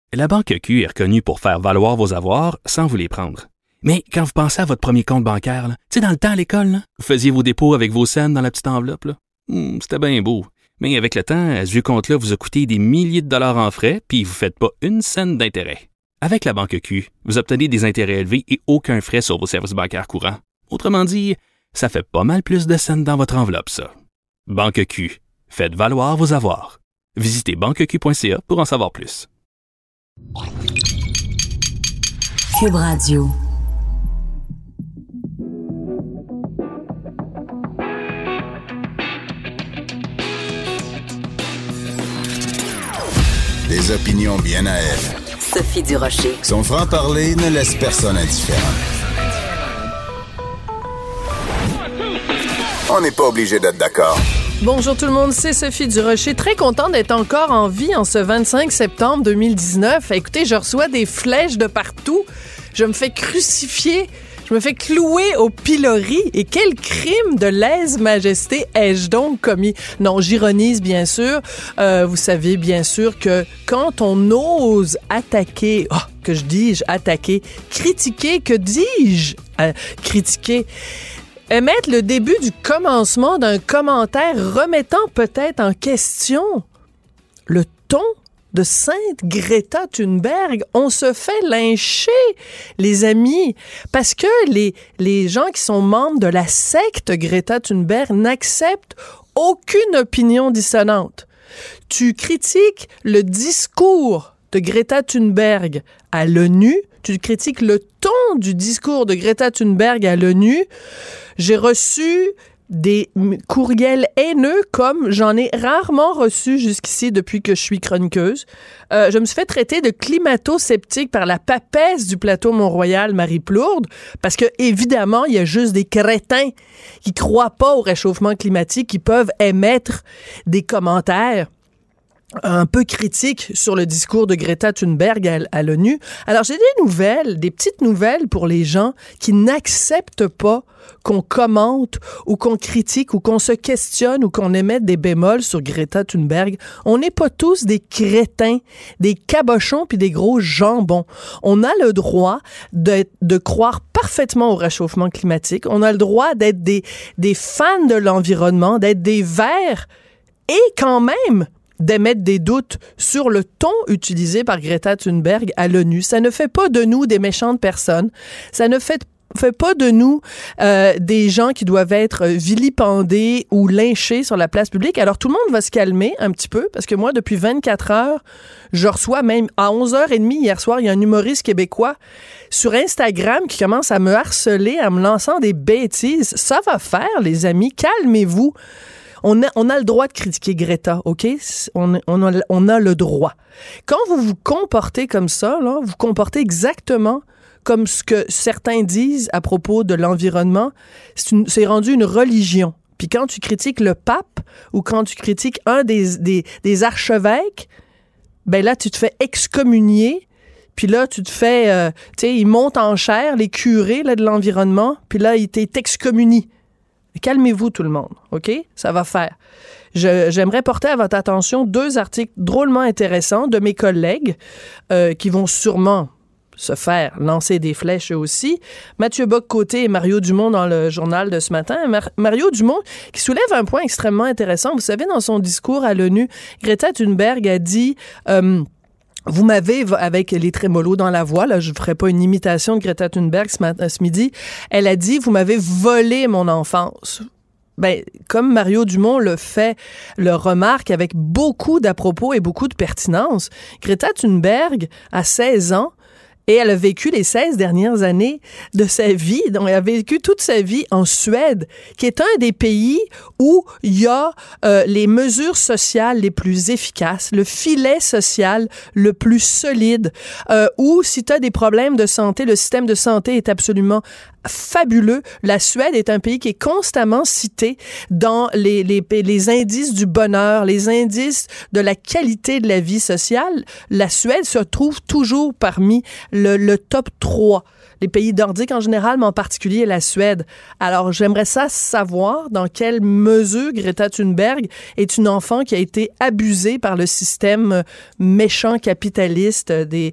La Banque Q est reconnue pour faire valoir vos avoirs sans vous les prendre. Mais quand vous pensez à votre premier compte bancaire, tu sais, dans le temps à l'école, là, vous faisiez vos dépôts avec vos scènes dans la petite enveloppe. Là. C'était bien beau. Mais avec le temps, ce vieux compte-là vous a coûté des milliers de dollars en frais, puis vous ne faites pas une scène d'intérêt. Avec la Banque Q, vous obtenez des intérêts élevés et aucun frais sur vos services bancaires courants. Autrement dit, ça fait pas mal plus de scènes dans votre enveloppe, ça. Banque Q. Faites valoir vos avoirs. Visitez banqueq.ca pour en savoir plus. Cube Radio. Des opinions bien à elle. Sophie Durocher. Son franc-parler ne laisse personne indifférent. On n'est pas obligé d'être d'accord. Bonjour tout le monde, c'est Sophie Durocher. Très contente d'être encore en vie en ce 25 septembre 2019. Écoutez, je reçois des flèches de partout. Je me fais crucifier. Je me fais clouer au pilori. Et quel crime de lèse-majesté ai-je donc commis? Non, j'ironise bien sûr. Vous savez bien sûr que quand on ose attaquer, que je dis-je attaquer, critiquer, que dis-je critiquer, émettre le début du commencement d'un commentaire remettant peut-être en question le ton de Sainte Greta Thunberg, on se fait lyncher, les amis, parce que les gens qui sont membres de la secte Greta Thunberg n'acceptent aucune opinion dissonante. Tu critiques le discours de Greta Thunberg à l'ONU, tu critiques le ton du discours de Greta Thunberg à l'ONU. J'ai reçu des courriels haineux comme j'en ai rarement reçu jusqu'ici depuis que je suis chroniqueuse. Je me suis fait traiter de climato-sceptique par la papesse du plateau Mont-Royal, Marie Plourde, parce que évidemment, il y a juste des crétins qui croient pas au réchauffement climatique, qui peuvent émettre des commentaires un peu critique sur le discours de Greta Thunberg à l'ONU. Alors, j'ai des petites nouvelles pour les gens qui n'acceptent pas qu'on commente ou qu'on critique ou qu'on se questionne ou qu'on émette des bémols sur Greta Thunberg. On n'est pas tous des crétins, des cabochons puis des gros jambons. On a le droit de croire parfaitement au réchauffement climatique. On a le droit d'être des fans de l'environnement, d'être des verts et quand même d'émettre des doutes sur le ton utilisé par Greta Thunberg à l'ONU. Ça ne fait pas de nous des méchantes personnes. Ça ne fait pas de nous des gens qui doivent être vilipendés ou lynchés sur la place publique. Alors, tout le monde va se calmer un petit peu, parce que moi, depuis 24 heures, je reçois même à 11h30 hier soir, il y a un humoriste québécois sur Instagram qui commence à me harceler en me lançant des bêtises. Ça va faire, les amis. Calmez-vous. On a le droit de critiquer Greta, OK? On a le droit. Quand vous vous comportez comme ça, là, vous comportez exactement comme ce que certains disent à propos de l'environnement. C'est rendu une religion. Puis quand tu critiques le pape ou quand tu critiques un des archevêques, ben là, tu te fais excommunier. Puis là, tu te fais... tu sais, ils montent en chair, les curés là, de l'environnement. Puis là, ils t'excommunient. Calmez-vous tout le monde, OK? Ça va faire. J'aimerais porter à votre attention 2 articles drôlement intéressants de mes collègues qui vont sûrement se faire lancer des flèches eux aussi. Mathieu Bock-Côté et Mario Dumont dans le journal de ce matin. Mario Dumont qui soulève un point extrêmement intéressant. Vous savez, dans son discours à l'ONU, Greta Thunberg a dit... vous m'avez, avec les trémolos dans la voix, là, je ne ferai pas une imitation de Greta Thunberg ce midi, elle a dit « Vous m'avez volé mon enfance ». Ben, comme Mario Dumont le remarque avec beaucoup d'à-propos et beaucoup de pertinence, Greta Thunberg a 16 ans et elle a vécu les 16 dernières années de sa vie. Donc, elle a vécu toute sa vie en Suède, qui est un des pays où il y a les mesures sociales les plus efficaces, le filet social le plus solide, où si tu as des problèmes de santé, le système de santé est absolument fabuleux. La Suède est un pays qui est constamment cité dans les indices du bonheur, les indices de la qualité de la vie sociale. La Suède se trouve toujours parmi le top 3. Les pays nordiques en général, mais en particulier la Suède. Alors, j'aimerais savoir dans quelle mesure Greta Thunberg est une enfant qui a été abusée par le système méchant capitaliste des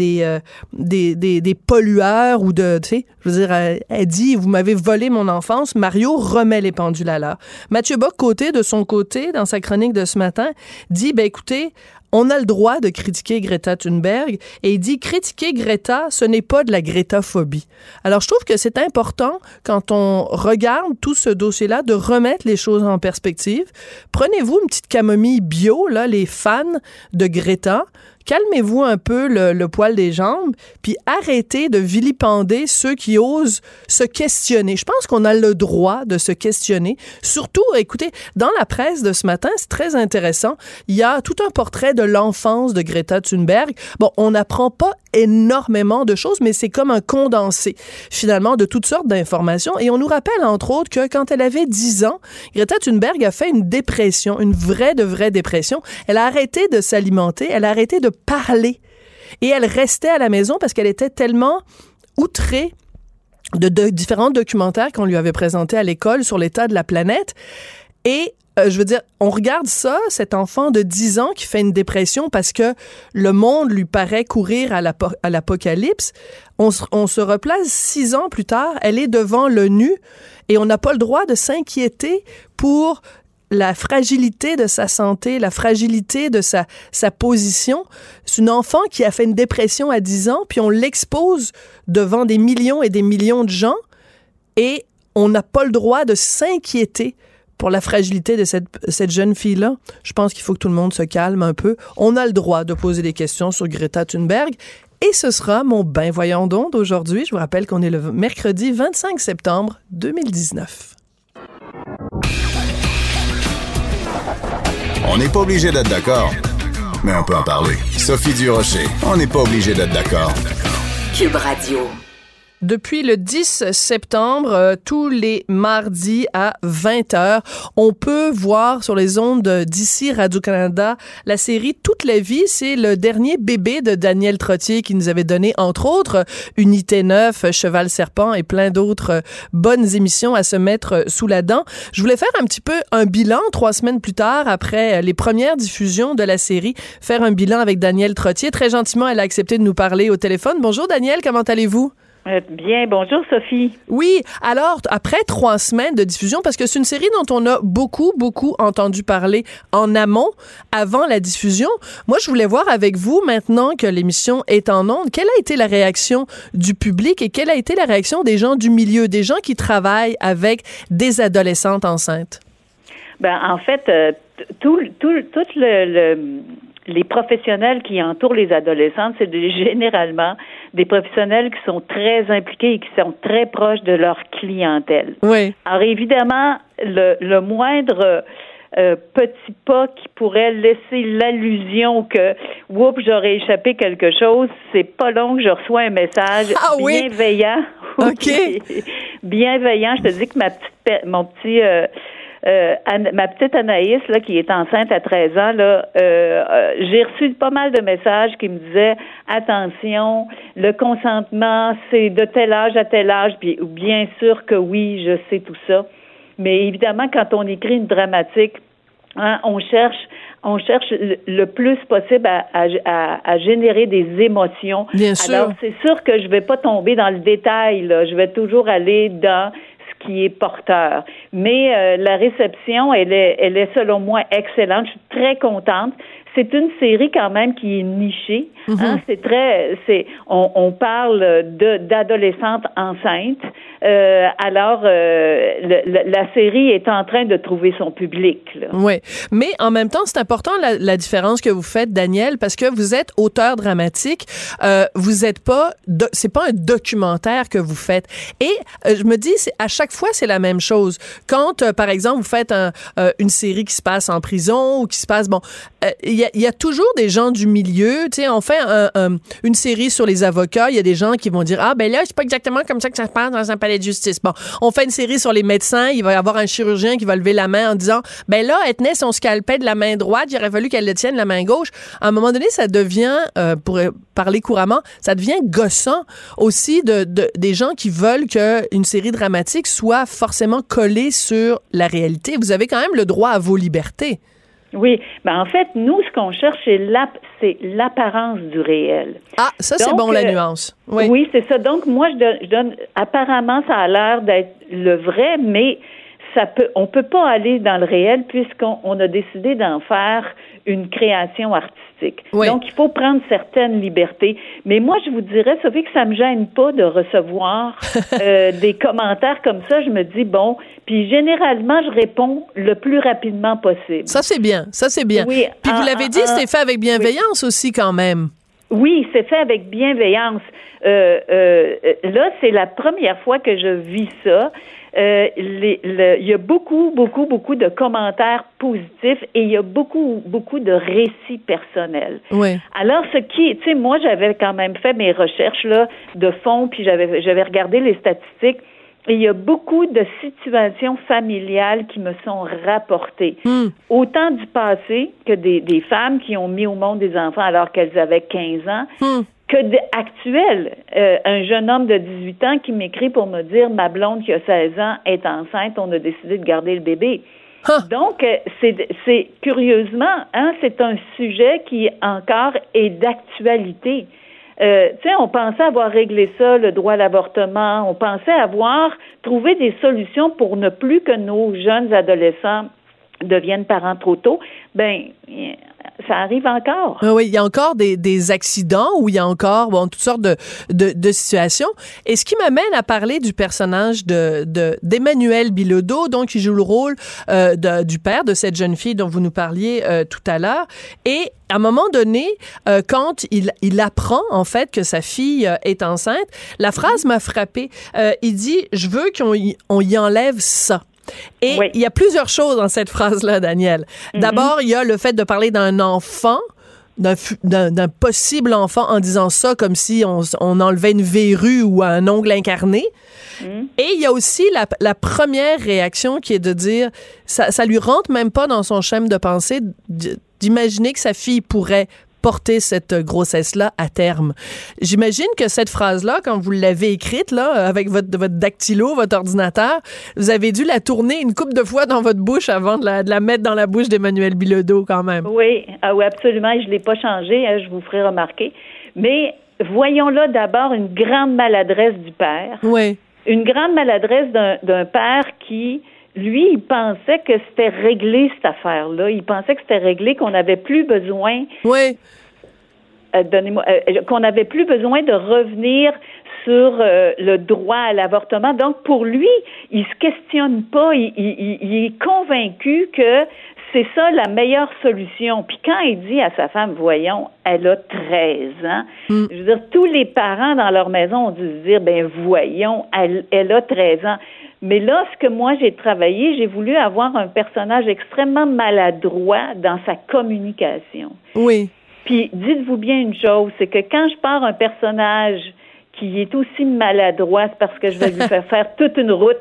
pollueurs ou de, tu sais, je veux dire, elle dit, vous m'avez volé mon enfance, Mario remet les pendules à l'heure. Mathieu Bock-Côté, de son côté, dans sa chronique de ce matin, dit, écoutez, on a le droit de critiquer Greta Thunberg et il dit critiquer Greta, ce n'est pas de la grétaphobie. Alors, je trouve que c'est important, quand on regarde tout ce dossier-là, de remettre les choses en perspective. Prenez-vous une petite camomille bio, là, les fans de Greta. Calmez-vous un peu le poil des jambes, puis arrêtez de vilipender ceux qui osent se questionner. Je pense qu'on a le droit de se questionner. Surtout, écoutez, dans la presse de ce matin, c'est très intéressant. Il y a tout un portrait de l'enfance de Greta Thunberg. Bon, on n'apprend pas énormément de choses, mais c'est comme un condensé, finalement, de toutes sortes d'informations. Et on nous rappelle, entre autres, que quand elle avait 10 ans, Greta Thunberg a fait une dépression, une vraie dépression. Elle a arrêté de s'alimenter, elle a arrêté de parler. Et elle restait à la maison parce qu'elle était tellement outrée de différents documentaires qu'on lui avait présentés à l'école sur l'état de la planète. Et je veux dire, on regarde ça, cet enfant de 10 ans qui fait une dépression parce que le monde lui paraît courir à l'apocalypse. On se replace 6 ans plus tard, elle est devant l'ONU et on n'a pas le droit de s'inquiéter pour la fragilité de sa santé, la fragilité de sa position. C'est une enfant qui a fait une dépression à 10 ans, puis on l'expose devant des millions et des millions de gens, et on n'a pas le droit de s'inquiéter pour la fragilité de cette jeune fille-là. Je pense qu'il faut que tout le monde se calme un peu. On a le droit de poser des questions sur Greta Thunberg. Et ce sera mon ben voyons donc d'aujourd'hui. Je vous rappelle qu'on est le mercredi 25 septembre 2019. On n'est pas obligé d'être d'accord, mais on peut en parler. Sophie Durocher, on n'est pas obligé d'être d'accord. Cube Radio. Depuis le 10 septembre, tous les mardis à 20h, on peut voir sur les ondes d'ici Radio-Canada la série Toute la vie. C'est le dernier bébé de Daniel Trottier qui nous avait donné, entre autres, Unité 9, Cheval Serpent et plein d'autres bonnes émissions à se mettre sous la dent. Je voulais faire un petit peu un bilan 3 semaines plus tard, après les premières diffusions de la série, faire un bilan avec Daniel Trottier. Très gentiment, elle a accepté de nous parler au téléphone. Bonjour Daniel, comment allez-vous? Bien, bonjour Sophie. Oui, alors après 3 semaines de diffusion, parce que c'est une série dont on a beaucoup entendu parler en amont, avant la diffusion, moi je voulais voir avec vous, maintenant que l'émission est en ondes, quelle a été la réaction du public et quelle a été la réaction des gens du milieu, des gens qui travaillent avec des adolescentes enceintes? En fait, les professionnels qui entourent les adolescentes, c'est généralement des professionnels qui sont très impliqués et qui sont très proches de leur clientèle. Oui. Alors évidemment, le moindre petit pas qui pourrait laisser l'allusion que oups, j'aurais échappé quelque chose, c'est pas long que je reçois un message bienveillant. Oui. OK. Bienveillant, je te dis que ma petite Anaïs, là, qui est enceinte à 13 ans, là, j'ai reçu pas mal de messages qui me disaient attention, le consentement, c'est de tel âge à tel âge, puis bien sûr que oui, je sais tout ça. Mais évidemment, quand on écrit une dramatique, on cherche le plus possible à générer des émotions. Bien sûr. Alors, c'est sûr que je vais pas tomber dans le détail, là. Je vais toujours aller dans qui est porteur. Mais la réception, elle est selon moi excellente. Je suis très contente. C'est une série quand même qui est nichée. Mm-hmm. On parle d'adolescentes enceintes. Alors, la série est en train de trouver son public. Oui, mais en même temps, c'est important la différence que vous faites, Daniel, parce que vous êtes auteur dramatique. Vous êtes pas, c'est pas un documentaire que vous faites. Et je me dis, à chaque fois, c'est la même chose. Quand, par exemple, vous faites une série qui se passe en prison ou qui se passe, il il y a toujours des gens du milieu, tu sais, on fait une série sur les avocats, il y a des gens qui vont dire, ah, ben là, c'est pas exactement comme ça que ça se passe dans un palais de justice. Bon, on fait une série sur les médecins, il va y avoir un chirurgien qui va lever la main en disant, ben là, elle tenait son scalpel de la main droite, il aurait fallu qu'elle le tienne de la main gauche. À un moment donné, ça devient, pour parler couramment, ça devient gossant aussi des gens qui veulent qu'une série dramatique soit forcément collée sur la réalité. Vous avez quand même le droit à vos libertés. Oui, ben en fait, nous, ce qu'on cherche, c'est l'apparence du réel. Ah, ça, c'est bon, la nuance. Oui, c'est ça. Donc, moi, je donne apparemment, ça a l'air d'être le vrai, mais on peut pas aller dans le réel puisqu'on a décidé d'en faire une création artistique. Oui. Donc, il faut prendre certaines libertés. Mais moi, je vous dirais, Sophie, que ça me gêne pas de recevoir des commentaires comme ça. Je me dis, bon, puis généralement, je réponds le plus rapidement possible. Ça, c'est bien. Ça, c'est bien. Oui, puis vous l'avez dit, c'est fait avec bienveillance aussi, quand même. Oui, c'est fait avec bienveillance. Là, c'est la première fois que je vis ça. Il y a beaucoup de commentaires positifs et il y a beaucoup de récits personnels. Oui. Alors, tu sais, moi, j'avais quand même fait mes recherches là de fond, puis j'avais regardé les statistiques. Et il y a beaucoup de situations familiales qui me sont rapportées. Autant du passé que des femmes qui ont mis au monde des enfants alors qu'elles avaient 15 ans, que actuelles. Un jeune homme de 18 ans qui m'écrit pour me dire « Ma blonde qui a 16 ans est enceinte, on a décidé de garder le bébé. » Donc, c'est curieusement, c'est un sujet qui encore est d'actualité. Tu sais, on pensait avoir réglé ça, le droit à l'avortement. On pensait avoir trouvé des solutions pour ne plus que nos jeunes adolescents deviennent parents trop tôt. Ben, ça arrive encore. Oui, il y a encore des accidents où il y a encore toutes sortes de situations. Et ce qui m'amène à parler du personnage d'Emmanuel Bilodeau, donc qui joue le rôle du père de cette jeune fille dont vous nous parliez tout à l'heure. Et à un moment donné, quand il apprend en fait que sa fille est enceinte, la phrase m'a frappée. Il dit « Je veux qu'on y enlève ça ». Et il y a plusieurs choses dans cette phrase-là, Daniel. D'abord, il y a le fait de parler d'un enfant, d'un possible enfant en disant ça comme si on enlevait une verrue ou un ongle incarné. Et il y a aussi la première réaction qui est de dire, ça lui rentre même pas dans son schéma de pensée d'imaginer que sa fille pourrait porter cette grossesse-là à terme. J'imagine que cette phrase-là, quand vous l'avez écrite, là, avec votre dactylo, votre ordinateur, vous avez dû la tourner une couple de fois dans votre bouche avant de la mettre dans la bouche d'Emmanuel Bilodeau, quand même. Oui, oui, absolument. Je l'ai pas changé, je vous ferai remarquer. Mais voyons là d'abord une grande maladresse du père. Oui. Une grande maladresse d'un père qui... Lui, il pensait que c'était réglé, cette affaire-là. Il pensait que c'était réglé, qu'on n'avait plus besoin... Oui. Qu'on n'avait plus besoin de revenir sur le droit à l'avortement. Donc, pour lui, il se questionne pas. Il est convaincu que c'est ça la meilleure solution. Puis quand il dit à sa femme, voyons, elle a 13 ans, je veux dire, tous les parents dans leur maison ont dû se dire, ben voyons, elle a 13 ans. Mais là, ce que moi j'ai travaillé, j'ai voulu avoir un personnage extrêmement maladroit dans sa communication. Oui. Puis dites-vous bien une chose, c'est que quand je pars un personnage qui est aussi maladroit, c'est parce que je vais lui faire toute une route.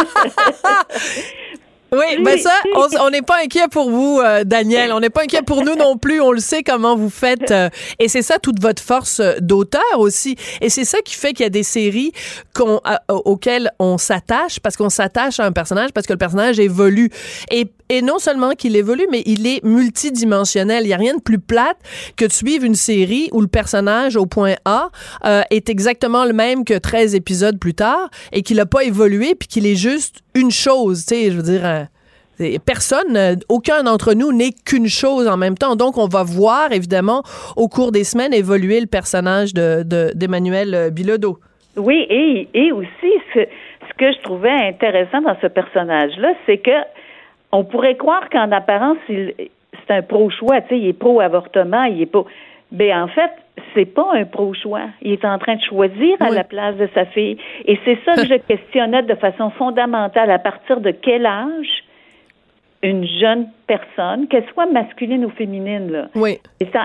Oui, mais ça, on n'est pas inquiet pour vous, Daniel. On n'est pas inquiet pour nous non plus. On le sait comment vous faites. Et c'est ça toute votre force d'auteur aussi. Et c'est ça qui fait qu'il y a des séries auxquelles on s'attache, parce qu'on s'attache à un personnage, parce que le personnage évolue. Et non seulement qu'il évolue, mais il est multidimensionnel. Il n'y a rien de plus plate que de suivre une série où le personnage au point A est exactement le même que 13 épisodes plus tard et qu'il n'a pas évolué puis qu'il est juste une chose. Tu sais, je veux dire... aucun d'entre nous n'est qu'une chose en même temps. Donc, on va voir, évidemment, au cours des semaines, évoluer le personnage d'Emmanuel Bilodeau. Oui, et aussi, ce que je trouvais intéressant dans ce personnage-là, c'est que on pourrait croire qu'en apparence, c'est un pro-choix, tu sais, il est pro-avortement, il est pas... Ben, en fait, c'est pas un pro-choix. Il est en train de choisir à la place de sa fille. Et c'est ça que je questionnais de façon fondamentale. À partir de quel âge une jeune personne, qu'elle soit masculine ou féminine, là, oui.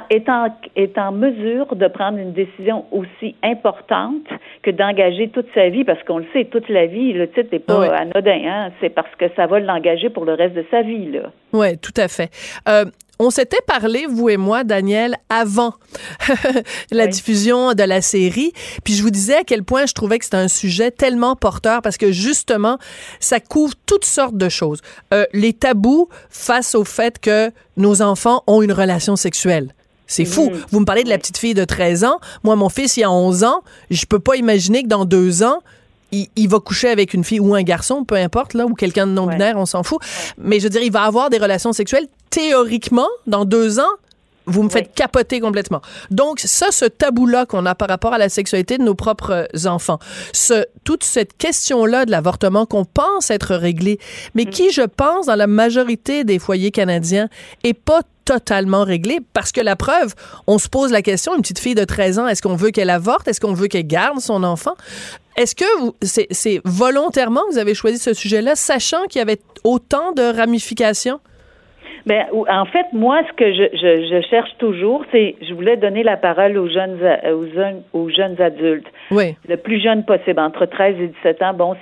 est en mesure de prendre une décision aussi importante que d'engager toute sa vie, parce qu'on le sait, toute la vie, le titre n'est pas anodin, hein? C'est parce que ça va l'engager pour le reste de sa vie, là. Oui, tout à fait. On s'était parlé, vous et moi, Daniel, avant la diffusion de la série. Puis je vous disais à quel point je trouvais que c'était un sujet tellement porteur parce que justement, ça couvre toutes sortes de choses. Les tabous face au fait que nos enfants ont une relation sexuelle. C'est fou. Vous me parlez de la petite fille de 13 ans. Moi, mon fils, il a 11 ans. Je peux pas imaginer que dans 2 ans, il va coucher avec une fille ou un garçon, peu importe, là, ou quelqu'un de non-binaire, on s'en fout. Mais je veux dire, il va avoir des relations sexuelles. Théoriquement, dans 2 ans, vous me faites capoter complètement. Donc, ça, ce tabou-là qu'on a par rapport à la sexualité de nos propres enfants, toute cette question-là de l'avortement qu'on pense être réglée, mais qui, je pense, dans la majorité des foyers canadiens, est pas totalement réglée, parce que la preuve, on se pose la question, une petite fille de 13 ans, est-ce qu'on veut qu'elle avorte? Est-ce qu'on veut qu'elle garde son enfant? Est-ce que c'est volontairement que vous avez choisi ce sujet-là, sachant qu'il y avait autant de ramifications? Ben, en fait, moi, ce que je cherche toujours, c'est, je voulais donner la parole aux jeunes adultes. Oui. Le plus jeune possible, entre 13 et 17 ans. Bon,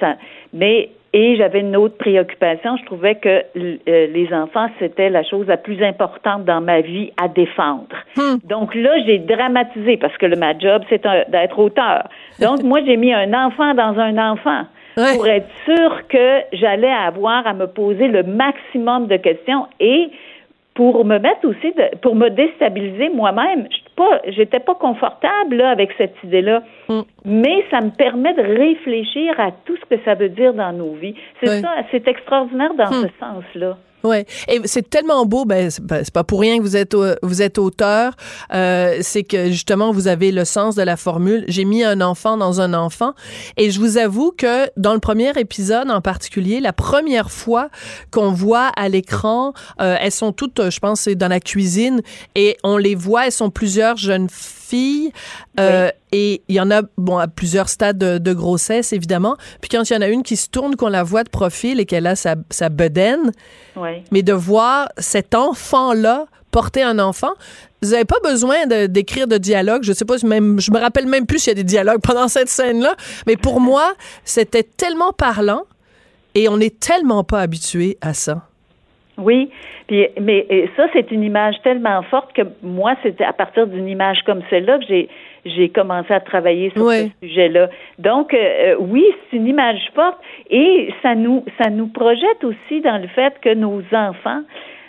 et j'avais une autre préoccupation. Je trouvais que les enfants, c'était la chose la plus importante dans ma vie à défendre. Donc là, j'ai dramatisé parce que ma job, c'est d'être auteur. Donc, moi, j'ai mis un enfant dans un enfant. Pour être sûr que j'allais avoir à me poser le maximum de questions et pour me mettre aussi, pour me déstabiliser moi-même. J'étais pas confortable là, avec cette idée-là, mais ça me permet de réfléchir à tout ce que ça veut dire dans nos vies. C'est ça, c'est extraordinaire dans ce sens-là. Ouais, et c'est tellement beau, c'est pas pour rien que vous êtes auteur, c'est que justement vous avez le sens de la formule. J'ai mis un enfant dans un enfant, et je vous avoue que dans le premier épisode en particulier, la première fois qu'on voit à l'écran, elles sont toutes, je pense, c'est dans la cuisine, et on les voit, elles sont plusieurs jeunes filles, et il y en a, à plusieurs stades de grossesse, évidemment. Puis quand il y en a une qui se tourne, qu'on la voit de profil et qu'elle a sa bedaine, mais de voir cet enfant-là porter un enfant, vous n'avez pas besoin d'écrire de dialogue. Je sais pas, je me rappelle même plus s'il y a des dialogues pendant cette scène-là, mais pour moi, c'était tellement parlant et on n'est tellement pas habitué à ça. Oui, mais ça, c'est une image tellement forte que moi, c'était à partir d'une image comme celle-là que j'ai commencé à travailler sur ce sujet-là. Donc, oui, c'est une image forte et ça nous projette aussi dans le fait que nos enfants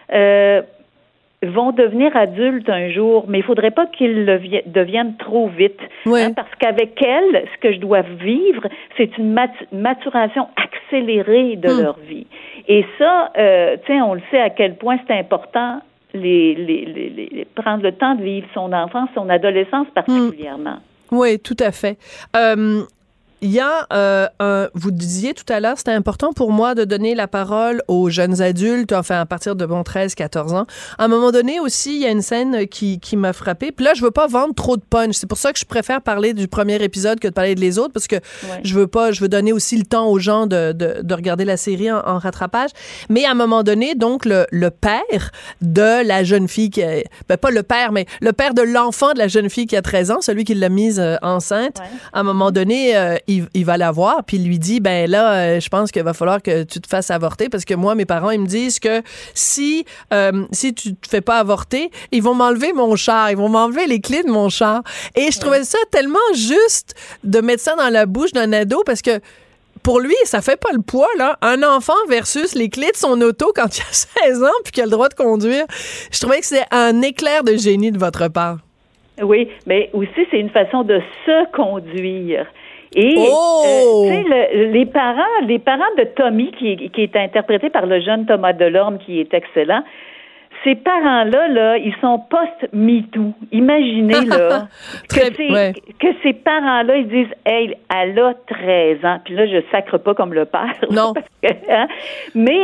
vont devenir adultes un jour, mais il faudrait pas qu'ils deviennent trop vite. Parce qu'avec elles, ce que je dois vivre, c'est une maturation accélérée de leur vie. Et ça, on le sait à quel point c'est important prendre le temps de vivre son enfance, son adolescence particulièrement. Oui, tout à fait. Il y a vous disiez tout à l'heure, c'était important pour moi de donner la parole aux jeunes adultes, enfin à partir de 13-14 ans. À un moment donné aussi, il y a une scène qui m'a frappée. Puis là, je veux pas vendre trop de punch. C'est pour ça que je préfère parler du premier épisode que de parler de les autres, parce que je veux donner aussi le temps aux gens de regarder la série en rattrapage. Mais à un moment donné, donc le père de la jeune fille qui pas le père, mais le père de l'enfant de la jeune fille qui a 13 ans, celui qui l'a mise enceinte, à un moment donné, il va la voir, puis il lui dit, je pense qu'il va falloir que tu te fasses avorter, parce que moi, mes parents, ils me disent que si tu te fais pas avorter, ils vont m'enlever mon char, ils vont m'enlever les clés de mon char. Et je trouvais ça tellement juste de mettre ça dans la bouche d'un ado, parce que pour lui, ça fait pas le poids, là. Un enfant versus les clés de son auto quand il a 16 ans, puis qu'il a le droit de conduire. Je trouvais que c'est un éclair de génie de votre part. Oui, mais aussi, c'est une façon de se conduire. Et les parents de Tommy, qui est interprété par le jeune Thomas Delorme, qui est excellent, ces parents-là, là, ils sont post-MeToo. Imaginez là que ces parents-là, ils disent, hey, elle a 13 ans. Puis là, je sacre pas comme le père. Non. Mais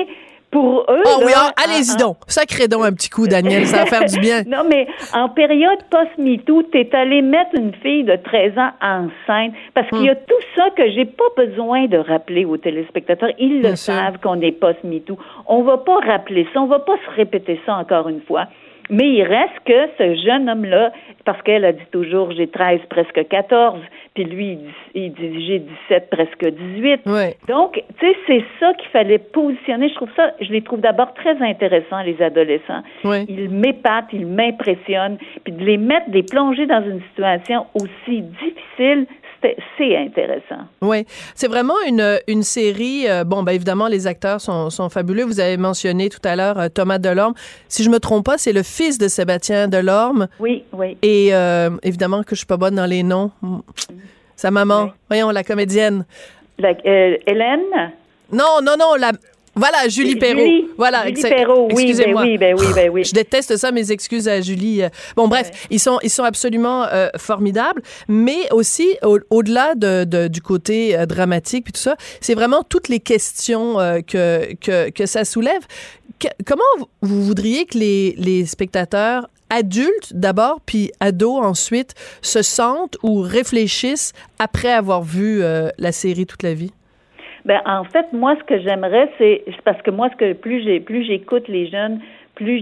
Pour eux... Oh oui, allez-y donc. Sacrez donc un petit coup, Daniel, ça va faire du bien. Non, mais en période post-MeToo, t'es allé mettre une fille de 13 ans enceinte, parce qu'il y a tout ça que j'ai pas besoin de rappeler aux téléspectateurs. Ils le savent qu'on est post-MeToo. On va pas rappeler ça, on va pas se répéter ça encore une fois. Mais il reste que ce jeune homme-là, parce qu'elle a dit toujours, j'ai 13, presque 14, puis lui, il dit, j'ai 17, presque 18. Oui. Donc, tu sais, c'est ça qu'il fallait positionner. Je les trouve d'abord très intéressants, les adolescents. Oui. Ils m'épatent, ils m'impressionnent, puis de les plonger dans une situation aussi difficile, c'est intéressant. Oui, c'est vraiment une série. Évidemment, les acteurs sont fabuleux. Vous avez mentionné tout à l'heure Thomas Delorme. Si je me trompe pas, c'est le fils de Sébastien Delorme. Oui, oui. Et évidemment que je suis pas bonne dans les noms. Sa maman, oui. Voyons, la comédienne. Hélène? Non, voilà, Julie Perrault. Voilà, Julie Perrault, oui, excusez-moi. Ben oui. Je déteste ça, mes excuses à Julie. Bon, bref, ils sont absolument formidables, mais aussi, au-delà du côté dramatique puis tout ça, c'est vraiment toutes les questions que ça soulève. Comment vous voudriez que les spectateurs adultes d'abord, puis ados ensuite, se sentent ou réfléchissent après avoir vu la série toute la vie? Ben en fait, moi, ce que j'aimerais, c'est parce que moi, plus j'écoute les jeunes, plus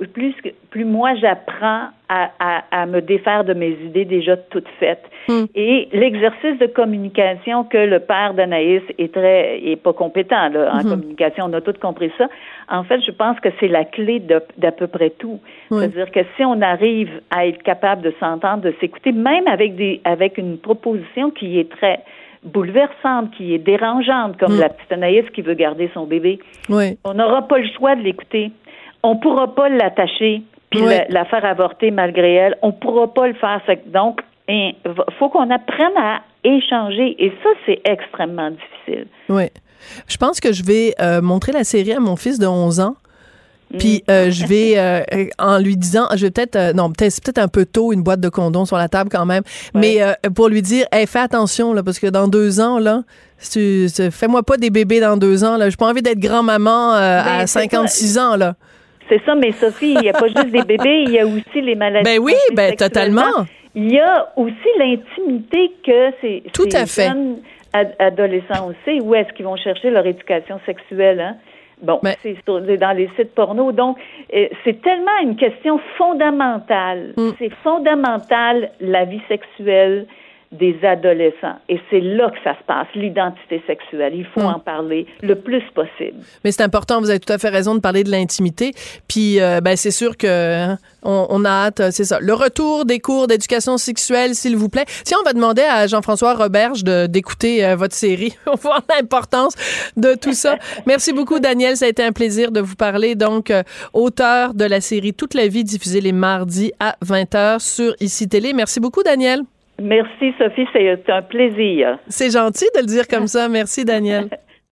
moi j'apprends à me défaire de mes idées déjà toutes faites. Et l'exercice de communication que le père d'Anaïs est pas compétent là, en communication, on a tous compris ça. En fait, je pense que c'est la clé d'à peu près tout. C'est-à-dire que si on arrive à être capable de s'entendre, de s'écouter, même avec une proposition qui est très bouleversante, qui est dérangeante, comme la petite Anaïs qui veut garder son bébé. Oui. On n'aura pas le choix de l'écouter. On pourra pas l'attacher puis la faire avorter malgré elle. On pourra pas le faire. Donc, il faut qu'on apprenne à échanger. Et ça, c'est extrêmement difficile. Oui. Je pense que je vais montrer la série à mon fils de 11 ans. Puis je vais, en lui disant, je vais peut-être, c'est peut-être un peu tôt, une boîte de condoms sur la table quand même, mais pour lui dire, hey, fais attention, là, parce que dans 2 ans, là, fais-moi pas des bébés dans 2 ans, là. J'ai pas envie d'être grand-maman à 56 ans, là. C'est ça, mais Sophie, il n'y a pas juste des bébés, il y a aussi les maladies. Ben oui, totalement. Il y a aussi l'intimité que ces jeunes adolescents aussi, où est-ce qu'ils vont chercher leur éducation sexuelle, hein? Bon, c'est dans les sites porno. Donc, c'est tellement une question fondamentale. C'est fondamental, la vie sexuelle des adolescents. Et c'est là que ça se passe, l'identité sexuelle. Il faut en parler le plus possible. Mais c'est important, vous avez tout à fait raison de parler de l'intimité. Puis, c'est sûr que on a hâte, c'est ça. Le retour des cours d'éducation sexuelle, s'il vous plaît. Si on va demander à Jean-François Roberge d'écouter votre série, on va voir l'importance de tout ça. Merci beaucoup, Daniel. Ça a été un plaisir de vous parler. Donc, auteur de la série Toute la vie, diffusée les mardis à 20h sur ICI Télé. Merci beaucoup, Daniel. Merci, Sophie. C'est un plaisir. C'est gentil de le dire comme ça. Merci, Daniel.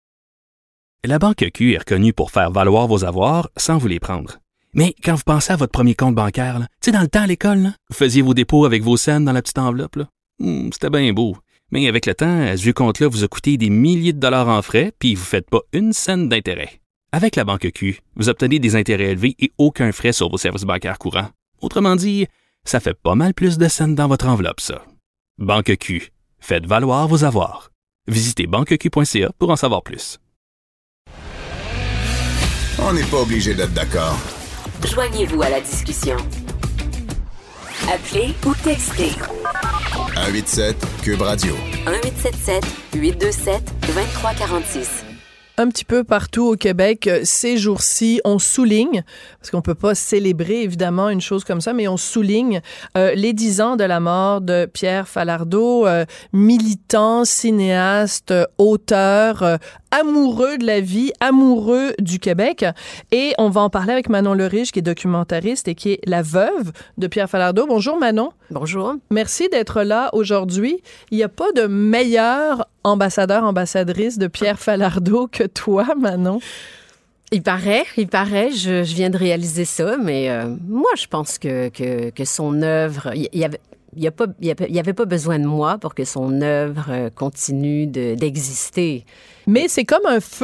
La Banque Q est reconnue pour faire valoir vos avoirs sans vous les prendre. Mais quand vous pensez à votre premier compte bancaire, tu sais, dans le temps à l'école, là, vous faisiez vos dépôts avec vos scènes dans la petite enveloppe. Là. C'était bien beau. Mais avec le temps, à ce vieux compte-là vous a coûté des milliers de dollars en frais, puis vous ne faites pas une scène d'intérêt. Avec la Banque Q, vous obtenez des intérêts élevés et aucun frais sur vos services bancaires courants. Autrement dit, ça fait pas mal plus de scènes dans votre enveloppe, ça. Banque Q. Faites valoir vos avoirs. Visitez banqueq.ca pour en savoir plus. On n'est pas obligé d'être d'accord. Joignez-vous à la discussion. Appelez ou textez. 187 Cube Radio. 1877-827-2346. Un petit peu partout au Québec, ces jours-ci, on souligne, parce qu'on peut pas célébrer évidemment une chose comme ça, mais on souligne les 10 ans de la mort de Pierre Falardeau, militant, cinéaste, auteur, amoureux de la vie, amoureux du Québec. Et on va en parler avec Manon Lerige, qui est documentariste et qui est la veuve de Pierre Falardeau. Bonjour Manon. Bonjour. Merci d'être là aujourd'hui. Il n'y a pas de meilleur ambassadeur, ambassadrice de Pierre Falardeau que toi, Manon. Il paraît, je viens de réaliser ça, mais moi, je pense que son œuvre, il y avait pas besoin de moi pour que son œuvre continue d'exister. Mais c'est comme un feu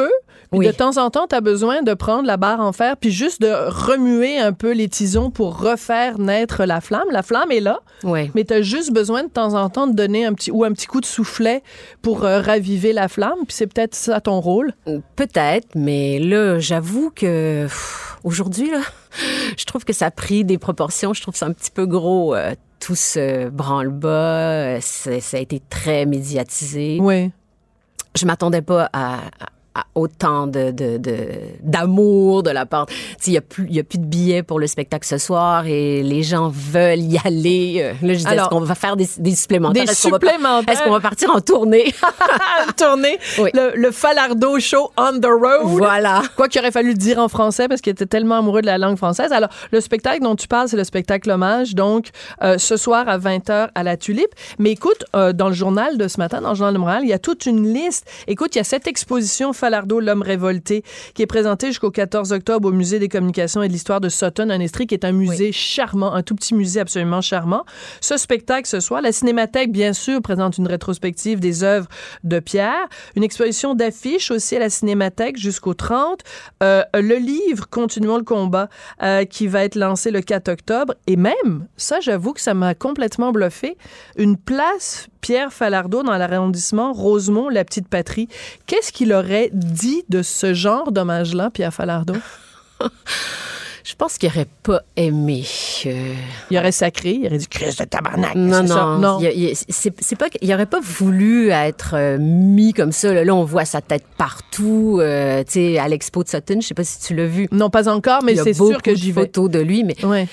Puis Oui. de temps en temps, tu as besoin de prendre la barre en fer puis juste de remuer un peu les tisons pour refaire naître la flamme. La flamme est là, Ouais. mais tu as juste besoin de temps en temps de donner un petit coup de soufflet pour raviver la flamme. Puis c'est peut-être ça ton rôle. Peut-être, mais là, j'avoue que aujourd'hui, là, je trouve que ça a pris des proportions. Je trouve ça un petit peu gros. Tout ce branle-bas, ça a été très médiatisé. Oui. Je m'attendais pas à autant d'amour de la part. Il n'y a plus de billets pour le spectacle ce soir et les gens veulent y aller. Là, je disais, Alors, est-ce qu'on va faire des supplémentaires? Des Est-ce qu'on va supplémentaires. est-ce qu'on va partir en tournée? Une tournée, Oui. le Falardeau Show on the road. Voilà. Quoi qu'il aurait fallu le dire en français parce qu'il était tellement amoureux de la langue française. Alors, le spectacle dont tu parles, c'est le spectacle Hommage, donc ce soir à 20h à la Tulipe. Mais écoute, dans le journal de ce matin, dans le Journal de Montréal, il y a toute une liste. Écoute, il y a cette exposition Falardeau, l'homme révolté, qui est présentée jusqu'au 14 octobre au Musée des communications et de l'histoire de Sutton, en Estrie, qui est un musée charmant, un tout petit musée absolument charmant. Ce spectacle ce soir, la Cinémathèque, bien sûr, présente une rétrospective des œuvres de Pierre, une exposition d'affiches aussi à la Cinémathèque jusqu'au 30, le livre Continuons le combat, qui va être lancé le 4 octobre, et même, ça, j'avoue que ça m'a complètement bluffé, une place Pierre Falardeau dans l'arrondissement Rosemont, la petite patrie. Qu'est-ce qu'il aurait dit de ce genre d'hommage-là, Pierre Falardeau? Je pense qu'il n'aurait pas aimé. Il aurait sacré, il aurait dit « Christ de tabarnak! » Non, c'est ça? non. C'est pas qu'il n'aurait pas voulu être mis comme ça. Là, on voit sa tête partout. Tu sais, à l'expo de Sutton, je sais pas si tu l'as vu. Non, pas encore, mais c'est sûr que j'y Il y a beaucoup de vais. photos de lui, mais Ouais.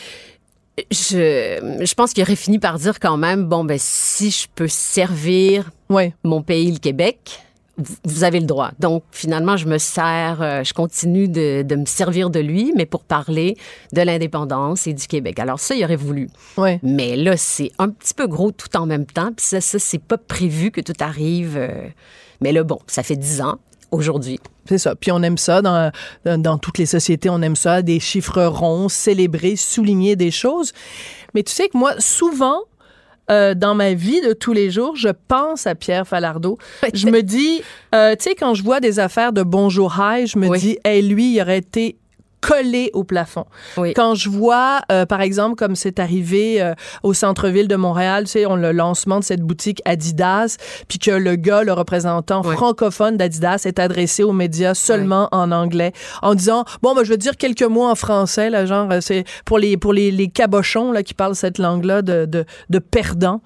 je pense qu'il aurait fini par dire quand même, bon, ben si je peux servir Ouais. mon pays, le Québec, vous avez le droit. Donc, finalement, je continue de me servir de lui, mais pour parler de l'indépendance et du Québec. Alors ça, il aurait voulu. Ouais. Mais là, c'est un petit peu gros tout en même temps. Puis ça c'est pas prévu que tout arrive. Mais là, bon, ça fait 10 ans aujourd'hui. C'est ça. Puis on aime ça dans toutes les sociétés, on aime ça, des chiffres ronds, célébrer, souligner des choses. Mais tu sais que moi, souvent, dans ma vie de tous les jours, je pense à Pierre Falardeau. Je me dis, tu sais, quand je vois des affaires de Bonjour High, je me Oui. dis, hey, lui, il aurait été collé au plafond. Oui. Quand je vois, par exemple, comme c'est arrivé au centre-ville de Montréal, tu sais, le lancement de cette boutique Adidas, puis que le gars, le représentant francophone d'Adidas, est adressé aux médias seulement en anglais, en disant, bon, ben, je veux dire quelques mots en français, là, genre, c'est pour les cabochons, là, qui parlent cette langue-là de perdants.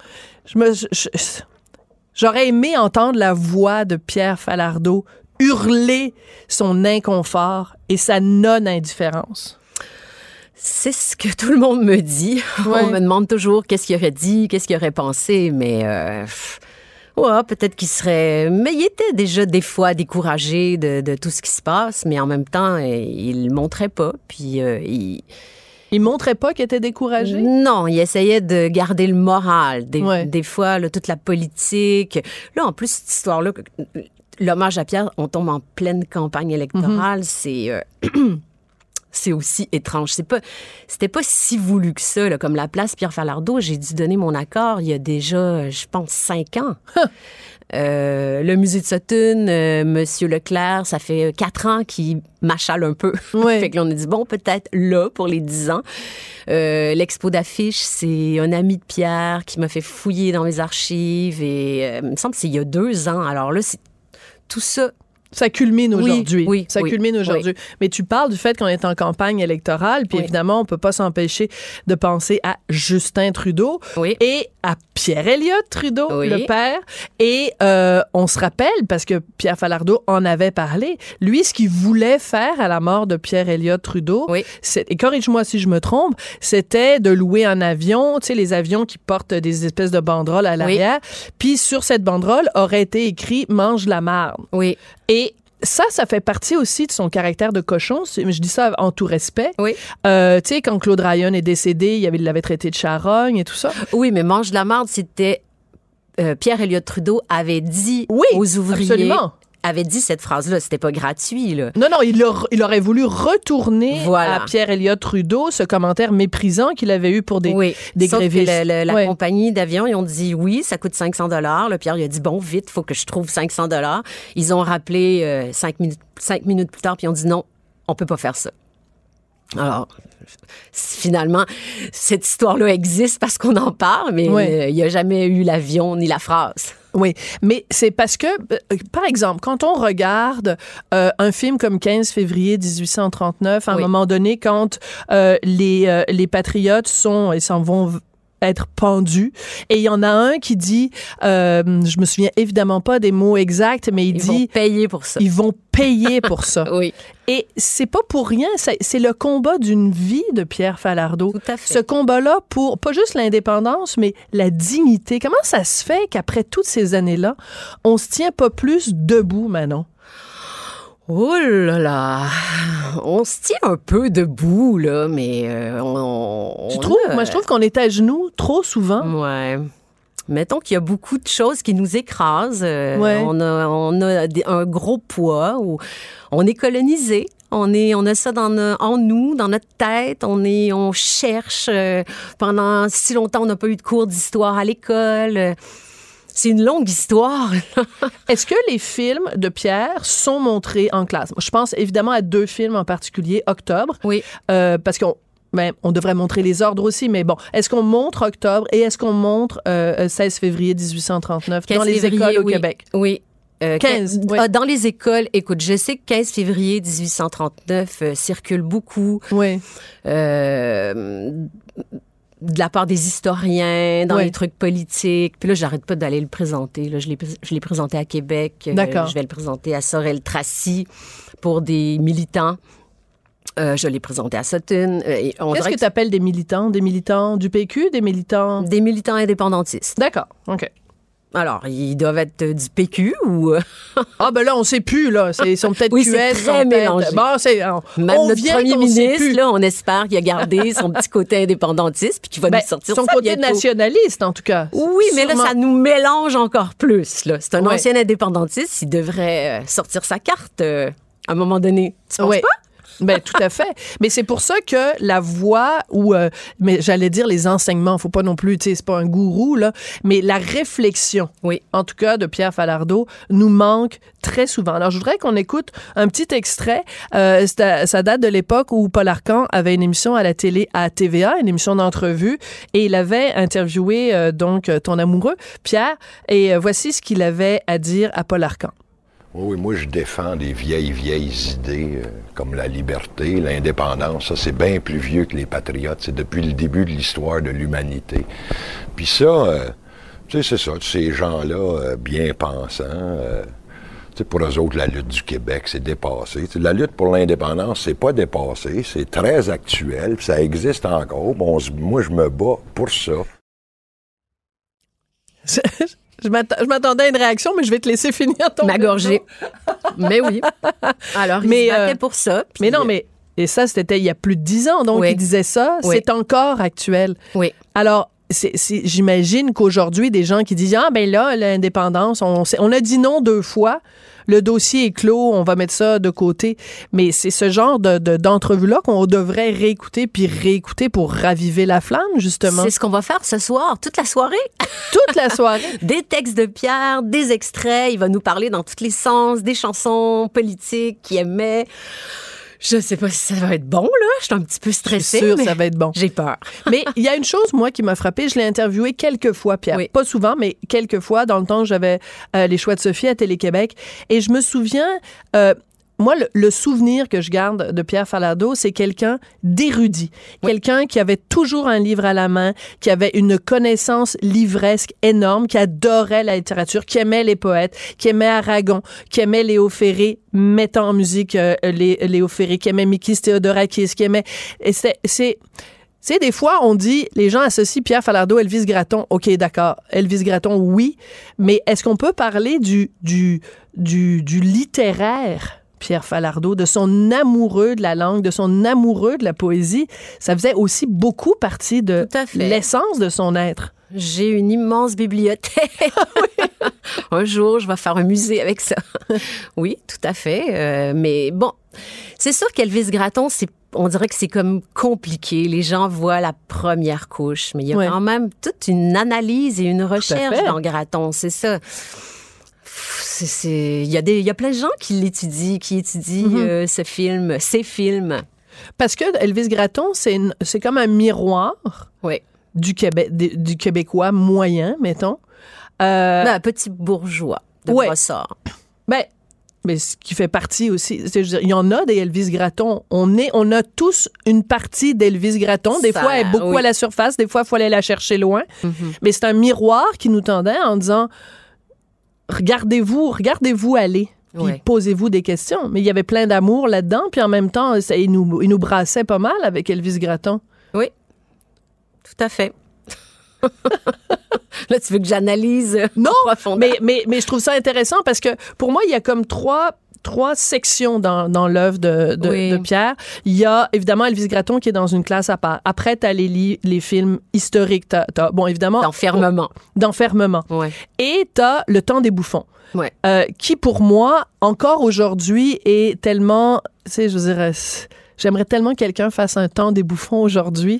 J'aurais aimé entendre la voix de Pierre Falardeau hurler son inconfort et sa non-indifférence. C'est ce que tout le monde me dit. Ouais. On me demande toujours qu'est-ce qu'il aurait dit, qu'est-ce qu'il aurait pensé, mais ouais, peut-être qu'il serait... Mais il était déjà des fois découragé de tout ce qui se passe, mais en même temps, il le montrait pas, puis Il montrait pas qu'il était découragé? Non, il essayait de garder le moral. Ouais. Des fois, là, toute la politique. Là, en plus, cette histoire-là, l'hommage à Pierre, on tombe en pleine campagne électorale, c'est aussi étrange. C'était pas si voulu que ça, là, comme la place Pierre Falardeau. J'ai dû donner mon accord il y a déjà, je pense, 5 ans. Le musée de Sutton, Monsieur Leclerc, ça fait 4 ans qu'il m'achale un peu. Ouais. Fait que là, on a dit, bon, peut-être là, pour les 10 ans. L'expo d'affiches, c'est un ami de Pierre qui m'a fait fouiller dans mes archives et il me semble que c'est il y a 2 ans. Alors là, c'est tout ça. Ça culmine aujourd'hui. Oui, ça culmine aujourd'hui. oui. Mais tu parles du fait qu'on est en campagne électorale, puis Oui. évidemment, on peut pas s'empêcher de penser à Justin Trudeau Oui. et à Pierre Elliott Trudeau, Oui. le père. Et on se rappelle, parce que Pierre Falardeau en avait parlé, lui, ce qu'il voulait faire à la mort de Pierre Elliott Trudeau, Oui. et corrige-moi si je me trompe, c'était de louer un avion, tu sais, les avions qui portent des espèces de banderoles à l'arrière, puis sur cette banderole aurait été écrit « Mange la marde ». Oui. Et ça fait partie aussi de son caractère de cochon. Je dis ça en tout respect. Oui. Tu sais, quand Claude Ryan est décédé, il l'avait traité de charogne et tout ça. Oui, mais mange de la marde, c'était... Pierre Elliott Trudeau avait dit Oui, aux ouvriers... absolument. avait dit cette phrase-là. C'était pas gratuit, là. Non, il aurait voulu retourner Voilà. à Pierre Elliott Trudeau ce commentaire méprisant qu'il avait eu pour des Sauf grévistes. que la compagnie d'avion, ils ont dit oui, ça coûte 500 $. Le Pierre, il a dit bon, vite, faut que je trouve 500 $. Ils ont rappelé 5 minutes plus tard, puis ils ont dit non, on peut pas faire ça. Alors, finalement, cette histoire-là existe parce qu'on en parle, mais il n'y a jamais eu l'avion ni la phrase. Oui, mais c'est parce que, par exemple, quand on regarde un film comme 15 février 1839, à un moment donné, quand les patriotes s'en vont être pendus, et il y en a un qui dit, je me souviens évidemment pas des mots exacts, mais il dit... Ils vont payer pour ça. Ils vont payer pour ça. Oui. Et c'est pas pour rien, c'est le combat d'une vie de Pierre Falardeau. Tout à fait. Ce combat-là pour, pas juste l'indépendance, mais la dignité. Comment ça se fait qu'après toutes ces années-là, on se tient pas plus debout, Manon? Oh là là! On se tient un peu debout, là, mais Tu trouves? Moi, je trouve qu'on est à genoux trop souvent. Ouais. Mettons qu'il y a beaucoup de choses qui nous écrasent. On a un gros poids. On est colonisé. On a ça en nous, dans notre tête. On cherche. Pendant si longtemps, on n'a pas eu de cours d'histoire à l'école. C'est une longue histoire. Est-ce que les films de Pierre sont montrés en classe? Je pense évidemment à 2 films en particulier. Octobre. Oui. Parce on devrait montrer les ordres aussi, mais bon. Est-ce qu'on montre Octobre et est-ce qu'on montre 16 février 1839 dans les écoles au Québec? Oui. 15. Dans les écoles, écoute, je sais que 15 février 1839 circule beaucoup. Oui. De la part des historiens, dans les trucs politiques. Puis là, j'arrête pas d'aller le présenter. Là, je l'ai présenté à Québec. D'accord. Je vais le présenter à Sorel-Tracy pour des militants. Je l'ai présenté à Sutton. Qu'est-ce que tu appelles des militants? Des militants du PQ? Des militants... Des militants indépendantistes. D'accord, OK. Alors, ils doivent être du PQ ou... Ah, ben là, on sait plus, là. Ils sont peut-être QS. C'est très mélangé. Même notre premier ministre, là, on espère qu'il a gardé son petit côté indépendantiste puis qu'il va nous sortir son ça côté bientôt. Nationaliste, en tout cas. Oui, mais là, ça nous mélange encore plus, là. C'est un ancien indépendantiste, il devrait sortir sa carte à un moment donné. Tu penses pas? Ben tout à fait. Mais c'est pour ça que la voix mais j'allais dire les enseignements, faut pas non plus, tu sais, c'est pas un gourou là, mais la réflexion, en tout cas de Pierre Falardeau, nous manque très souvent. Alors je voudrais qu'on écoute un petit extrait. Ça date de l'époque où Paul Arcand avait une émission à la télé à TVA, une émission d'entrevue, et il avait interviewé donc ton amoureux Pierre, et voici ce qu'il avait à dire à Paul Arcand. Oui, moi, je défends des vieilles idées comme la liberté, l'indépendance. Ça, c'est bien plus vieux que les patriotes. C'est depuis le début de l'histoire de l'humanité. Puis ça, tu sais, c'est ça. Ces gens-là, bien pensants, tu sais, pour eux autres, la lutte du Québec, c'est dépassé. T'sais, la lutte pour l'indépendance, c'est pas dépassé. C'est très actuel. Puis ça existe encore. Bon, moi, je me bats pour ça. Je m'attendais à une réaction, mais je vais te laisser finir ton... Ma gorgée. Mais oui. Alors, il se battait pour ça. Mais non, mais... Et ça, c'était il y a plus de 10 ans, donc il disait ça. Oui. C'est encore actuel. Oui. Alors, j'imagine qu'aujourd'hui, des gens qui disent « Ah, ben là, l'indépendance, on a dit non 2 fois. Le dossier est clos, on va mettre ça de côté. » Mais c'est ce genre d'entrevue-là qu'on devrait réécouter pour raviver la flamme, justement. C'est ce qu'on va faire ce soir, toute la soirée. Toute la soirée. Des textes de Pierre, des extraits. Il va nous parler dans tous les sens, des chansons politiques qu'il aimait. Je sais pas si ça va être bon, là. Je suis un petit peu stressée. Je suis sûre que ça va être bon. J'ai peur. Mais il y a une chose, moi, qui m'a frappée. Je l'ai interviewé quelques fois, Pierre. Oui. Pas souvent, mais quelques fois, dans le temps où j'avais les choix de Sophie à Télé-Québec. Et je me souviens... moi, le souvenir que je garde de Pierre Falardeau, c'est quelqu'un d'érudit. Oui. Quelqu'un qui avait toujours un livre à la main, qui avait une connaissance livresque énorme, qui adorait la littérature, qui aimait les poètes, qui aimait Aragon, qui aimait Léo Ferré, mettant en musique Léo Ferré, qui aimait Mikis Theodorakis, qui aimait... Tu sais, des fois, on dit, les gens associent Pierre Falardeau, Elvis Gratton. OK, d'accord. Elvis Gratton, oui. Mais est-ce qu'on peut parler du littéraire, Pierre Falardeau, de son amoureux de la langue, de son amoureux de la poésie? Ça faisait aussi beaucoup partie de l'essence de son être. J'ai une immense bibliothèque. Un jour, je vais faire un musée avec ça. Oui, tout à fait. Mais bon, c'est sûr qu'Elvis Gratton, on dirait que c'est comme compliqué. Les gens voient la première couche, mais il y a quand même toute une analyse et une recherche dans Gratton, c'est ça. Il y a plein de gens qui étudient ces films. Parce que Elvis Gratton, c'est comme un miroir du Québécois moyen, mettons. Un petit bourgeois de Brossard. Mais ce qui fait partie aussi, je veux dire, il y en a des Elvis Gratton. On a tous une partie d'Elvis Gratton. Des fois, elle est beaucoup à la surface. Des fois, il faut aller la chercher loin. Mm-hmm. Mais c'est un miroir qui nous tendait en disant, regardez-vous aller. Puis posez-vous des questions. Mais il y avait plein d'amour là-dedans. Puis en même temps, il nous brassait pas mal avec Elvis Gratton. Oui, tout à fait. Là, tu veux que j'analyse? Non, mais je trouve ça intéressant parce que pour moi, il y a comme trois sections dans l'œuvre de Pierre. Il y a évidemment Elvis Gratton qui est dans une classe à part. Après, t'as les films historiques. T'as bon, évidemment... D'enfermement. Ouais. Et t'as Le Temps des bouffons. Ouais. Qui, pour moi, encore aujourd'hui, est tellement... Tu sais, je dirais... J'aimerais tellement que quelqu'un fasse un Temps des bouffons aujourd'hui.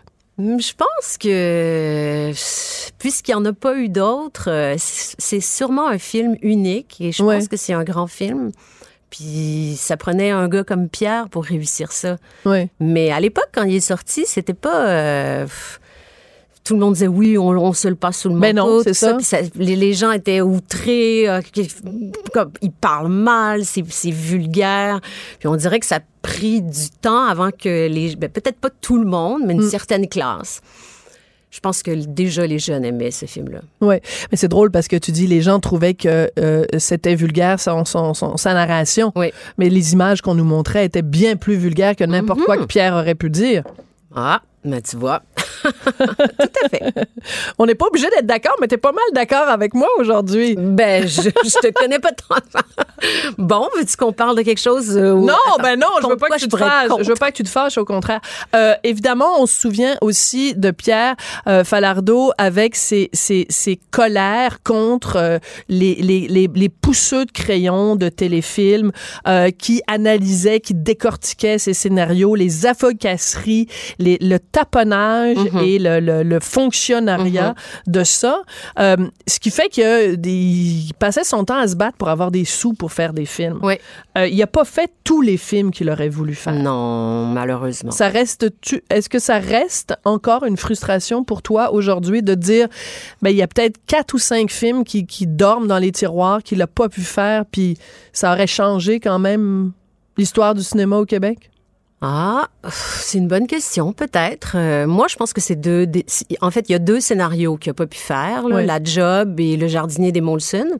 Je pense que, puisqu'il n'y en a pas eu d'autres, c'est sûrement un film unique et je pense que c'est un grand film. Puis ça prenait un gars comme Pierre pour réussir ça. Ouais. Mais à l'époque, quand il est sorti, c'était pas... tout le monde disait oui, on se le passe sous le manteau. Ben non, c'est ça. Puis les gens étaient outrés, comme, ils parlent mal, c'est vulgaire. Puis on dirait que ça a pris du temps avant que peut-être pas tout le monde, mais une certaine classe. Je pense que déjà les jeunes aimaient ce film-là. Oui, mais c'est drôle parce que tu dis les gens trouvaient que c'était vulgaire sa narration, mais les images qu'on nous montrait étaient bien plus vulgaires que n'importe quoi que Pierre aurait pu dire. Ah, mais tu vois... Tout à fait. On n'est pas obligé d'être d'accord, mais t'es pas mal d'accord avec moi aujourd'hui. Ben, je te connais pas tant. Bon, veux-tu qu'on parle de quelque chose? Non, je veux pas que tu te fâches. Je veux pas que tu te fâches, au contraire. Évidemment, on se souvient aussi de Pierre Falardeau avec ses colères contre les pousseux de crayons de téléfilms qui analysaient, qui décortiquaient ces scénarios, les avocasseries, le taponnage et le fonctionnariat de ça. Ce qui fait qu'il passait son temps à se battre pour avoir des sous pour faire des films. Oui. Il n'a pas fait tous les films qu'il aurait voulu faire. Non, malheureusement. Est-ce que ça reste encore une frustration pour toi aujourd'hui de dire, il y a peut-être 4 ou 5 films qui dorment dans les tiroirs, qu'il n'a pas pu faire, puis ça aurait changé quand même l'histoire du cinéma au Québec? Ah, c'est une bonne question, peut-être. Moi, je pense que c'est en fait, il y a 2 scénarios qu'il n'a pas pu faire, là, La Job et Le Jardinier des Molson.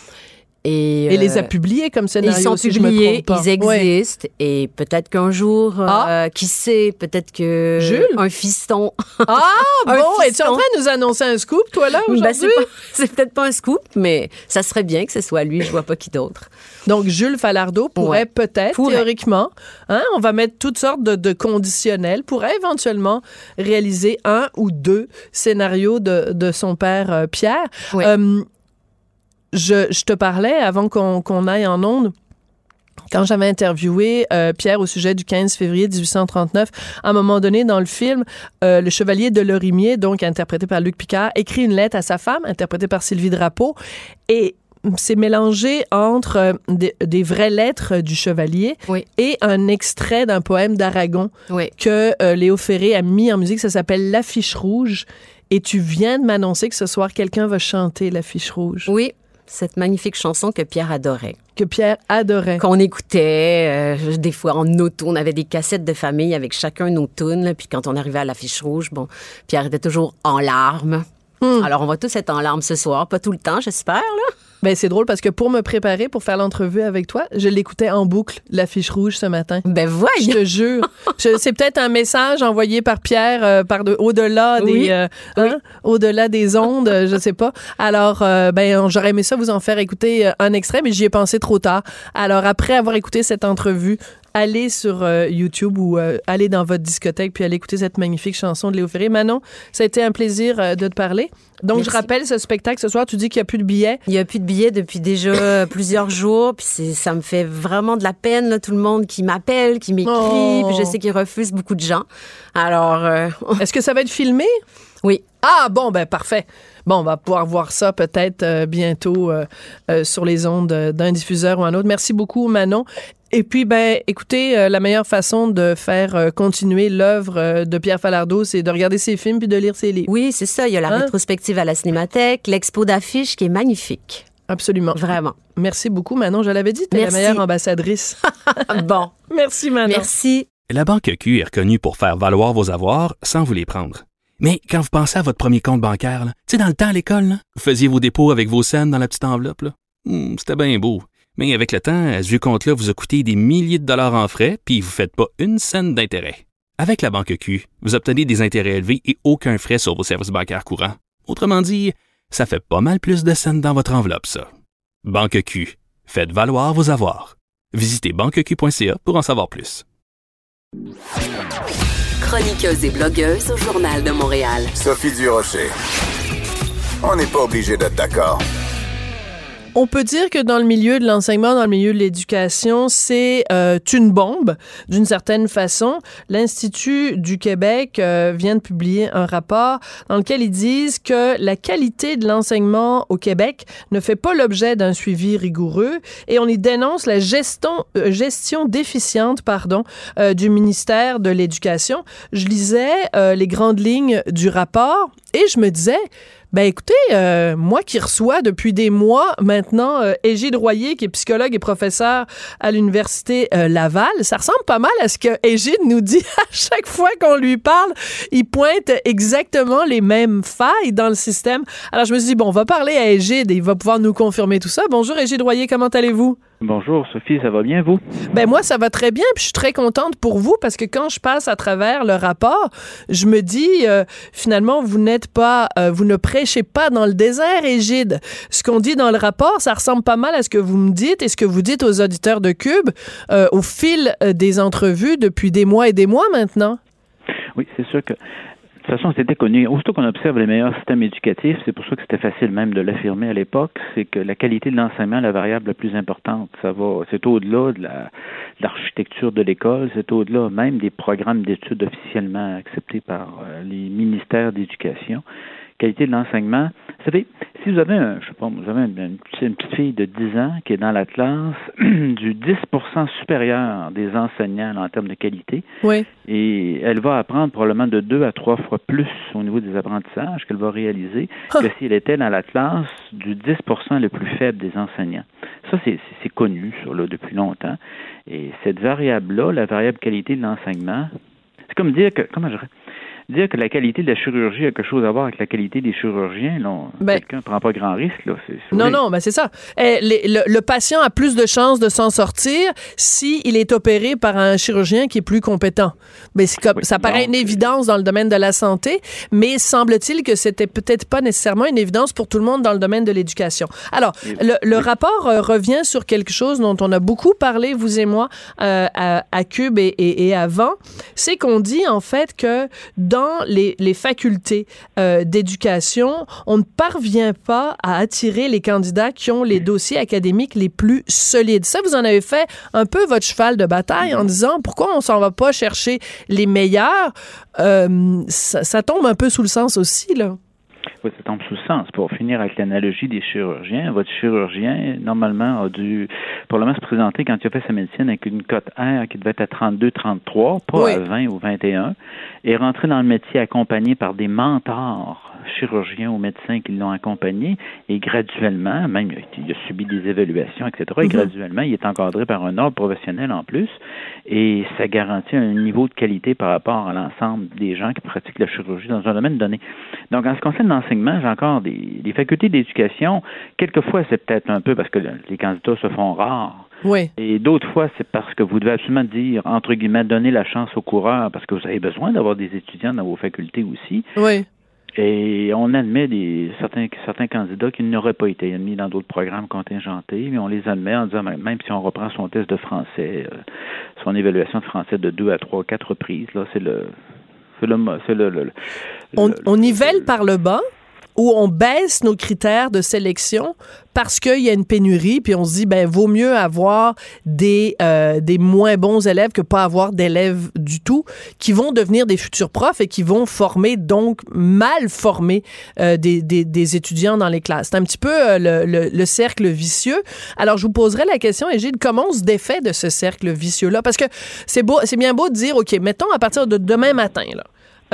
Et les a publiés comme scénario. Ils sont publiés, ils existent. Et peut-être qu'un jour, qui sait, peut-être que... Jules? Un fiston. Ah, bon, es-tu en train de nous annoncer un scoop, toi, là, aujourd'hui? C'est peut-être pas un scoop, mais ça serait bien que ce soit lui, je vois pas qui d'autre. Donc, Jules Falardeau pourrait peut-être, théoriquement, on va mettre toutes sortes de conditionnels, pourrait éventuellement réaliser 1 ou 2 scénarios de son père Pierre. Oui. Je te parlais, avant qu'on aille en ondes, quand j'avais interviewé Pierre au sujet du 15 février 1839, à un moment donné dans le film, le chevalier de Lorimier, donc interprété par Luc Picard, écrit une lettre à sa femme, interprétée par Sylvie Drapeau, et c'est mélangé entre des vraies lettres du chevalier et un extrait d'un poème d'Aragon que Léo Ferré a mis en musique. Ça s'appelle L'Affiche rouge. Et tu viens de m'annoncer que ce soir, quelqu'un va chanter L'Affiche rouge. Oui, cette magnifique chanson que Pierre adorait. Qu'on écoutait, des fois en auto. On avait des cassettes de famille avec chacun nos tunes. Puis quand on arrivait à l'Affiche rouge, Pierre était toujours en larmes. Alors, on va tous être en larmes ce soir. Pas tout le temps, j'espère, là. Ben, c'est drôle parce que pour me préparer, pour faire l'entrevue avec toi, je l'écoutais en boucle, L'Affiche rouge, ce matin. Ben, voyons! Je te jure. C'est peut-être un message envoyé par Pierre au-delà au-delà des ondes, je sais pas. Alors, j'aurais aimé ça vous en faire écouter un extrait, mais j'y ai pensé trop tard. Alors, après avoir écouté cette entrevue, allez sur YouTube ou allez dans votre discothèque puis allez écouter cette magnifique chanson de Léo Ferré. Manon, ça a été un plaisir de te parler. Donc, Merci. je rappelle ce spectacle ce soir. Tu dis qu'il n'y a plus de billets. Il n'y a plus de billets depuis déjà plusieurs jours, puis ça me fait vraiment de la peine, là, tout le monde qui m'appelle, qui m'écrit, puis je sais qu'ils refusent beaucoup de gens. Alors... Est-ce que ça va être filmé? Oui. Ah, bon, ben parfait. Bon, on va pouvoir voir ça peut-être bientôt sur les ondes d'un diffuseur ou un autre. Merci beaucoup, Manon. Et puis, ben, écoutez, la meilleure façon de faire continuer l'œuvre de Pierre Falardeau, c'est de regarder ses films puis de lire ses livres. Oui, c'est ça. Il y a la rétrospective à la Cinémathèque, l'expo d'affiches qui est magnifique. Absolument. Vraiment. Merci beaucoup, Manon. Je l'avais dit, tu es la meilleure ambassadrice. Bon. Merci, Manon. Merci. La Banque Q est reconnue pour faire valoir vos avoirs sans vous les prendre. Mais quand vous pensez à votre premier compte bancaire, tu sais, dans le temps à l'école, là, vous faisiez vos dépôts avec vos scènes dans la petite enveloppe. Là. C'était bien beau. Mais avec le temps, ce vieux compte-là vous a coûté des milliers de dollars en frais, puis vous ne faites pas une scène d'intérêt. Avec la Banque Q, vous obtenez des intérêts élevés et aucun frais sur vos services bancaires courants. Autrement dit, ça fait pas mal plus de scènes dans votre enveloppe, ça. Banque Q. Faites valoir vos avoirs. Visitez banqueq.ca pour en savoir plus. Chroniqueuse et blogueuse au Journal de Montréal. Sophie Durocher. On n'est pas obligé d'être d'accord. On peut dire que dans le milieu de l'enseignement, dans le milieu de l'éducation, c'est une bombe, d'une certaine façon. L'Institut du Québec vient de publier un rapport dans lequel ils disent que la qualité de l'enseignement au Québec ne fait pas l'objet d'un suivi rigoureux et on y dénonce la gestion déficiente du ministère de l'Éducation. Je lisais les grandes lignes du rapport et je me disais... Ben écoutez, moi qui reçois depuis des mois maintenant Égide Royer, qui est psychologue et professeur à l'Université Laval, ça ressemble pas mal à ce que Égide nous dit à chaque fois qu'on lui parle. Il pointe exactement les mêmes failles dans le système. Alors je me suis dit, bon, on va parler à Égide et il va pouvoir nous confirmer tout ça. Bonjour Égide Royer, comment allez-vous? Bonjour Sophie, ça va bien vous? Ben moi ça va très bien, puis je suis très contente pour vous parce que quand je passe à travers le rapport, je me dis finalement vous ne prêchez pas dans le désert, Égide. Ce qu'on dit dans le rapport, ça ressemble pas mal à ce que vous me dites et ce que vous dites aux auditeurs de Cube au fil des entrevues depuis des mois et des mois maintenant. Oui, c'est sûr que de toute façon, c'était connu. Aussitôt qu'on observe les meilleurs systèmes éducatifs, c'est pour ça que c'était facile même de l'affirmer à l'époque, c'est que la qualité de l'enseignement est la variable la plus importante. C'est au-delà de l'architecture de l'école, c'est au-delà même des programmes d'études officiellement acceptés par les ministères d'éducation. Qualité de l'enseignement. Vous savez, si vous avez une petite fille de 10 ans qui est dans la classe du 10% supérieur des enseignants en termes de qualité, oui. Et elle va apprendre probablement de 2 à 3 fois plus au niveau des apprentissages qu'elle va réaliser que si elle était dans la classe du 10% le plus faible des enseignants. Ça, c'est connu ça, là, depuis longtemps. Et cette variable-là, la variable qualité de l'enseignement, c'est comme dire que, dire que la qualité de la chirurgie a quelque chose à voir avec la qualité des chirurgiens, là, quelqu'un ne prend pas grand risque. Là, non, c'est ça. Le patient a plus de chances de s'en sortir s'il est opéré par un chirurgien qui est plus compétent. Ben, ça paraît une évidence dans le domaine de la santé, mais semble-t-il que c'était peut-être pas nécessairement une évidence pour tout le monde dans le domaine de l'éducation. Alors, le rapport revient sur quelque chose dont on a beaucoup parlé, vous et moi, à Cube et avant, c'est qu'on dit en fait que dans les facultés d'éducation, on ne parvient pas à attirer les candidats qui ont les dossiers académiques les plus solides. Ça, vous en avez fait un peu votre cheval de bataille en disant pourquoi on s'en va pas chercher les meilleurs. Ça tombe un peu sous le sens aussi, là. Oui, ça tombe sous le sens. Pour finir avec l'analogie des chirurgiens, votre chirurgien, normalement, a dû probablement se présenter quand il a fait sa médecine avec une cote R qui devait être à 32, 33, pas à 20 ou 21, et rentrer dans le métier accompagné par des mentors chirurgiens ou médecins qui l'ont accompagné, et graduellement, même il a subi des évaluations, etc., et graduellement, il est encadré par un ordre professionnel en plus, et ça garantit un niveau de qualité par rapport à l'ensemble des gens qui pratiquent la chirurgie dans un domaine donné. Donc, en ce qui concerne l'enseignement, j'ai encore des facultés d'éducation. Quelquefois, c'est peut-être un peu parce que les candidats se font rares. Oui. Et d'autres fois, c'est parce que vous devez absolument dire, entre guillemets, donner la chance aux coureurs, parce que vous avez besoin d'avoir des étudiants dans vos facultés aussi. Oui. Et on admet certains candidats qui n'auraient pas été admis dans d'autres programmes contingentés, mais on les admet en disant, même si on reprend son test de français, son évaluation de français de 2 à 3, 4 reprises, là, on nivelle par le bas ou on baisse nos critères de sélection parce qu'il y a une pénurie, puis on se dit, vaut mieux avoir des moins bons élèves que pas avoir d'élèves du tout, qui vont devenir des futurs profs et qui vont former, donc mal former des étudiants dans les classes. C'est un petit peu le cercle vicieux. Alors, je vous poserai la question, Égide, comment on se défait de ce cercle vicieux-là? Parce que c'est bien beau de dire, OK, mettons à partir de demain matin, là,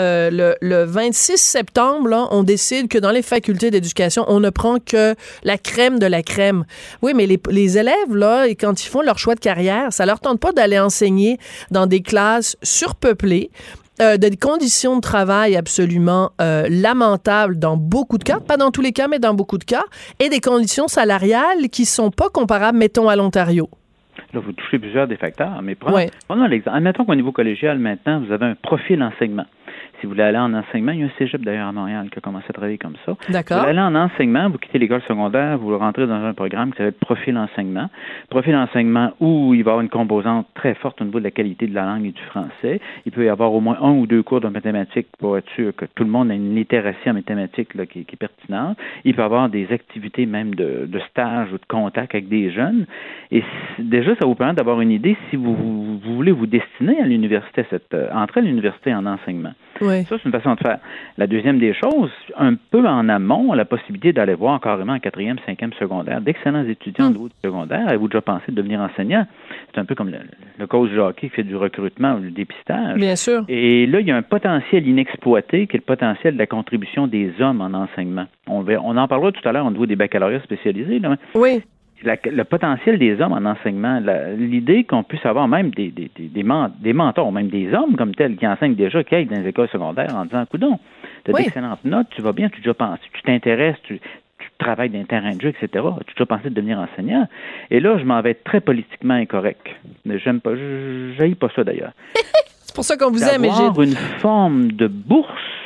le 26 septembre, là, on décide que dans les facultés d'éducation, on ne prend que la crème de la crème. Oui, mais les élèves, là, quand ils font leur choix de carrière, ça leur tente pas d'aller enseigner dans des classes surpeuplées, des conditions de travail absolument lamentables dans beaucoup de cas, pas dans tous les cas, mais dans beaucoup de cas, et des conditions salariales qui sont pas comparables, mettons, à l'Ontario. Là, vous touchez plusieurs des facteurs, mais prenons l'exemple. Admettons qu'au niveau collégial, maintenant, vous avez un profil enseignement. Si vous voulez aller en enseignement, il y a un cégep d'ailleurs à Montréal qui a commencé à travailler comme ça. D'accord. Vous allez en enseignement, vous quittez l'école secondaire, vous rentrez dans un programme qui s'appelle Profil enseignement. Profil enseignement où il va y avoir une composante très forte au niveau de la qualité de la langue et du français. Il peut y avoir au moins 1 ou 2 cours de mathématiques pour être sûr que tout le monde a une littératie en mathématiques là, qui est pertinente. Il peut y avoir des activités même de stage ou de contact avec des jeunes. Et déjà, ça vous permet d'avoir une idée si vous voulez vous destiner à l'université, entrer à l'université en enseignement. Oui. Ça, c'est une façon de faire. La deuxième des choses, un peu en amont, la possibilité d'aller voir carrément en 4e, 5e secondaire d'excellents étudiants au niveau du secondaire. Avez-vous déjà pensé de devenir enseignant? C'est un peu comme le coach Jackie qui fait du recrutement ou du dépistage. Bien sûr. Et là, il y a un potentiel inexploité qui est le potentiel de la contribution des hommes en enseignement. On en parlera tout à l'heure au niveau des baccalauréats spécialisés. Là. Oui. Le potentiel des hommes en enseignement, l'idée qu'on puisse avoir même des mentors, même des hommes comme tels qui enseignent déjà, qui aident dans les écoles secondaires en disant, coudonc, tu as d'excellentes notes, tu vas bien, tu as déjà pensé, tu t'intéresses, tu travailles dans un terrain de jeu, etc. Tu as déjà pensé de devenir enseignant. Et là, je m'en vais être très politiquement incorrect. Mais j'aime pas, j'haïs pas ça d'ailleurs. C'est pour ça qu'on vous aime, Égide. D'avoir une forme de bourse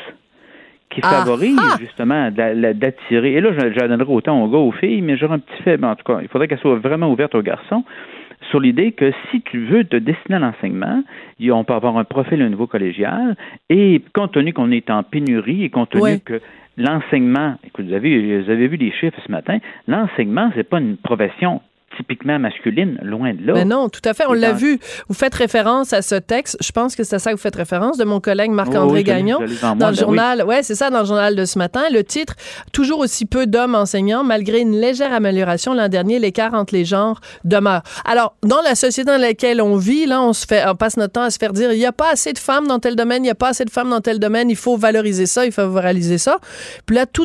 qui favorise justement d'attirer. Et là, je la donnerai autant aux gars, aux filles, mais j'aurais un petit fait, en tout cas, il faudrait qu'elle soit vraiment ouverte aux garçons, sur l'idée que si tu veux te destiner à l'enseignement, on peut avoir un profil au niveau collégial, et compte tenu qu'on est en pénurie, et compte tenu que l'enseignement, écoute, vous avez vu les chiffres ce matin, l'enseignement, c'est pas une profession typiquement masculine, loin de là. Mais non, tout à fait, on l'a vu. Vous faites référence à ce texte, je pense que c'est à ça que vous faites référence, de mon collègue Marc-André Gagnon, dans le journal, c'est ça, dans le journal de ce matin, le titre, toujours aussi peu d'hommes enseignants, malgré une légère amélioration l'an dernier, l'écart entre les genres demeure. Alors, dans la société dans laquelle on vit, là, on passe notre temps à se faire dire, il n'y a pas assez de femmes dans tel domaine, il n'y a pas assez de femmes dans tel domaine, il faut valoriser ça, il faut valoriser ça. Puis là,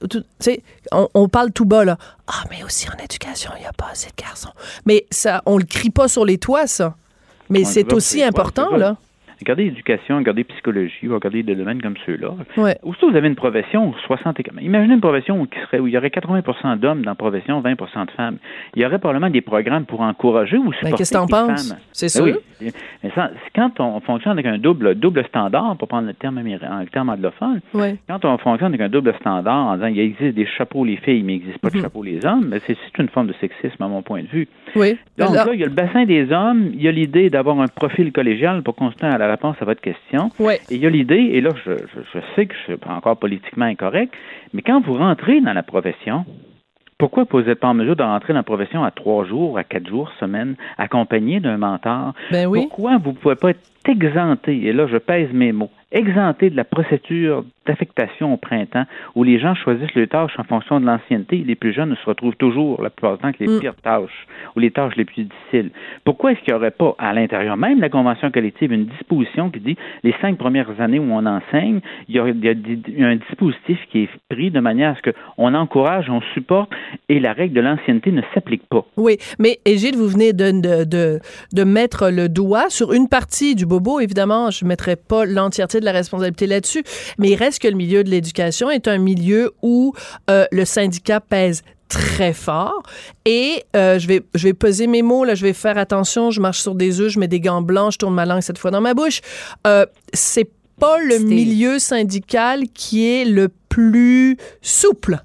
on parle tout bas, là. Ah, mais aussi en éducation, il n'y a pas assez de garçons. Mais ça, on le crie pas sur les toits, ça. Mais c'est aussi important, là. Regardez l'éducation, regardez psychologie, regardez des domaines comme ceux-là. Ouais. Aussi, vous avez une profession où 60 et... Imaginez une profession où il y aurait 80% d'hommes dans la profession, 20% de femmes. Il y aurait probablement des programmes pour encourager ou supporter qu'est-ce que t'en penses? Femmes. C'est sûr. Oui. Mais ça, quand on fonctionne avec un double standard, pour prendre le terme anglophone, quand on fonctionne avec un double standard en disant il existe des chapeaux les filles, mais il n'existe pas de chapeaux les hommes, ben c'est une forme de sexisme à mon point de vue. Oui. Donc là, il y a le bassin des hommes, il y a l'idée d'avoir un profil collégial pour constater à la réponse à votre question. Oui. Et il y a l'idée, et là, je sais que je suis encore politiquement incorrect, mais quand vous rentrez dans la profession, pourquoi vous n'êtes pas en mesure de rentrer dans la profession à 3 jours, à 4 jours, semaine, accompagné d'un mentor? Ben oui. Pourquoi vous ne pouvez pas être exempté, et là, je pèse mes mots, exempté de la procédure d'affectation au printemps, où les gens choisissent les tâches en fonction de l'ancienneté, et les plus jeunes se retrouvent toujours, la plupart du temps, avec les pires tâches, ou les tâches les plus difficiles. Pourquoi est-ce qu'il n'y aurait pas, à l'intérieur même de la convention collective, une disposition qui dit, les 5 premières années où on enseigne, il y a un dispositif qui est pris de manière à ce qu'on encourage, on supporte, et la règle de l'ancienneté ne s'applique pas. Oui, mais Égide, vous venez de mettre le doigt sur une partie du bobo. Évidemment, je ne mettrai pas l'entièreté de la responsabilité là-dessus, mais il reste que le milieu de l'éducation est un milieu où le syndicat pèse très fort et je vais peser mes mots, là, je vais faire attention, je marche sur des œufs, je mets des gants blancs, je tourne ma langue cette fois dans ma bouche. C'est pas le milieu syndical qui est le plus souple.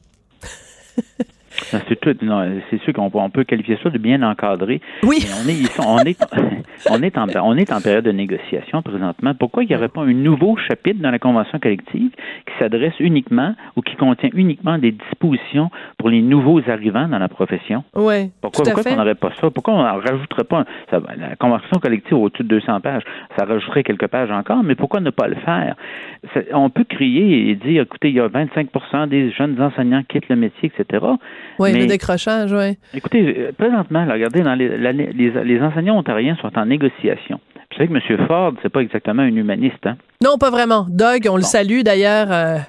C'est sûr qu'on peut qualifier ça de bien encadré. Oui. On est en période de négociation présentement. Pourquoi il n'y aurait pas un nouveau chapitre dans la convention collective qui s'adresse uniquement ou qui contient uniquement des dispositions pour les nouveaux arrivants dans la profession? Oui. Pourquoi on n'aurait pas ça? Pourquoi on n'en rajouterait pas la convention collective au-dessus de 200 pages? Ça rajouterait quelques pages encore, mais pourquoi ne pas le faire? On peut crier et dire, écoutez, il y a 25% des jeunes enseignants qui quittent le métier, etc. Oui, le décrochage, oui. Écoutez, présentement, là, regardez, les enseignants ontariens sont en négociation. Vous savez que M. Ford, c'est pas exactement un humaniste, hein? Non, pas vraiment. Doug, on le salue d'ailleurs.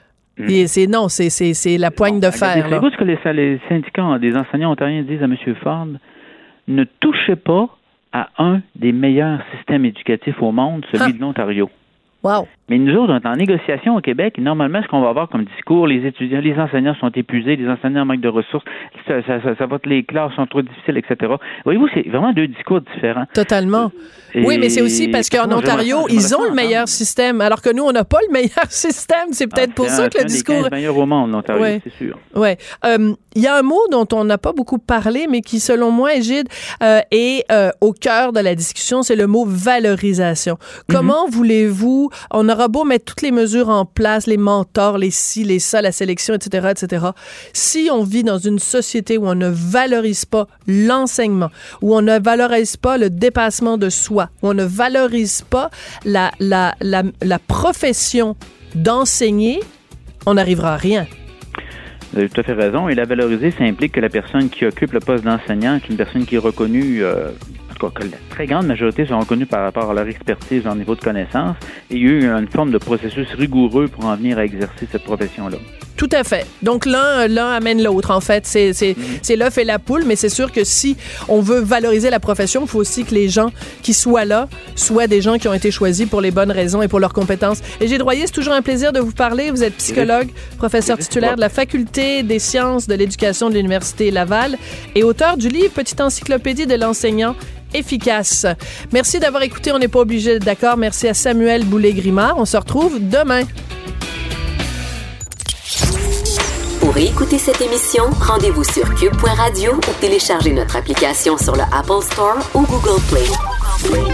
C'est la poigne de fer. Savez-vous ce que les syndicats des enseignants ontariens disent à M. Ford? Ne touchez pas à un des meilleurs systèmes éducatifs au monde, celui de l'Ontario. Wow. Mais nous autres, on est en négociation au Québec. Normalement, ce qu'on va avoir comme discours, les étudiants, les enseignants sont épuisés, les enseignants manquent de ressources, les classes sont trop difficiles, etc. Voyez-vous, c'est vraiment deux discours différents. Totalement. Oui, mais c'est aussi parce qu'en Ontario, ils ont le meilleur système, alors que nous, on n'a pas le meilleur système. C'est peut-être pour ça que le discours... C'est le meilleur au monde, l'Ontario, c'est sûr. Oui. Il y a un mot dont on n'a pas beaucoup parlé, mais qui, selon moi, Égide, est au cœur de la discussion, c'est le mot valorisation. Comment voulez-vous... On aura beau mettre toutes les mesures en place, les mentors, les ci, les ça, la sélection, etc., etc. Si on vit dans une société où on ne valorise pas l'enseignement, où on ne valorise pas le dépassement de soi, où on ne valorise pas la profession d'enseigner, on n'arrivera à rien. Vous avez tout à fait raison. Et la valoriser, ça implique que la personne qui occupe le poste d'enseignant, qui est une personne qui est reconnue... que la très grande majorité sont reconnus par rapport à leur expertise en niveau de connaissance, et il y a eu une forme de processus rigoureux pour en venir à exercer cette profession-là. Tout à fait. Donc, l'un amène l'autre, en fait. C'est l'œuf et la poule, mais c'est sûr que si on veut valoriser la profession, il faut aussi que les gens qui soient là soient des gens qui ont été choisis pour les bonnes raisons et pour leurs compétences. Égide Royer, c'est toujours un plaisir de vous parler. Vous êtes psychologue, professeur titulaire de la Faculté des sciences de l'éducation de l'Université Laval et auteur du livre Petite encyclopédie de l'enseignant efficace. Merci d'avoir écouté. On n'est pas obligé d'être d'accord. Merci à Samuel Boulay-Grimard. On se retrouve demain. Pour écouter cette émission, rendez-vous sur cube.radio ou téléchargez notre application sur le Apple Store ou Google Play.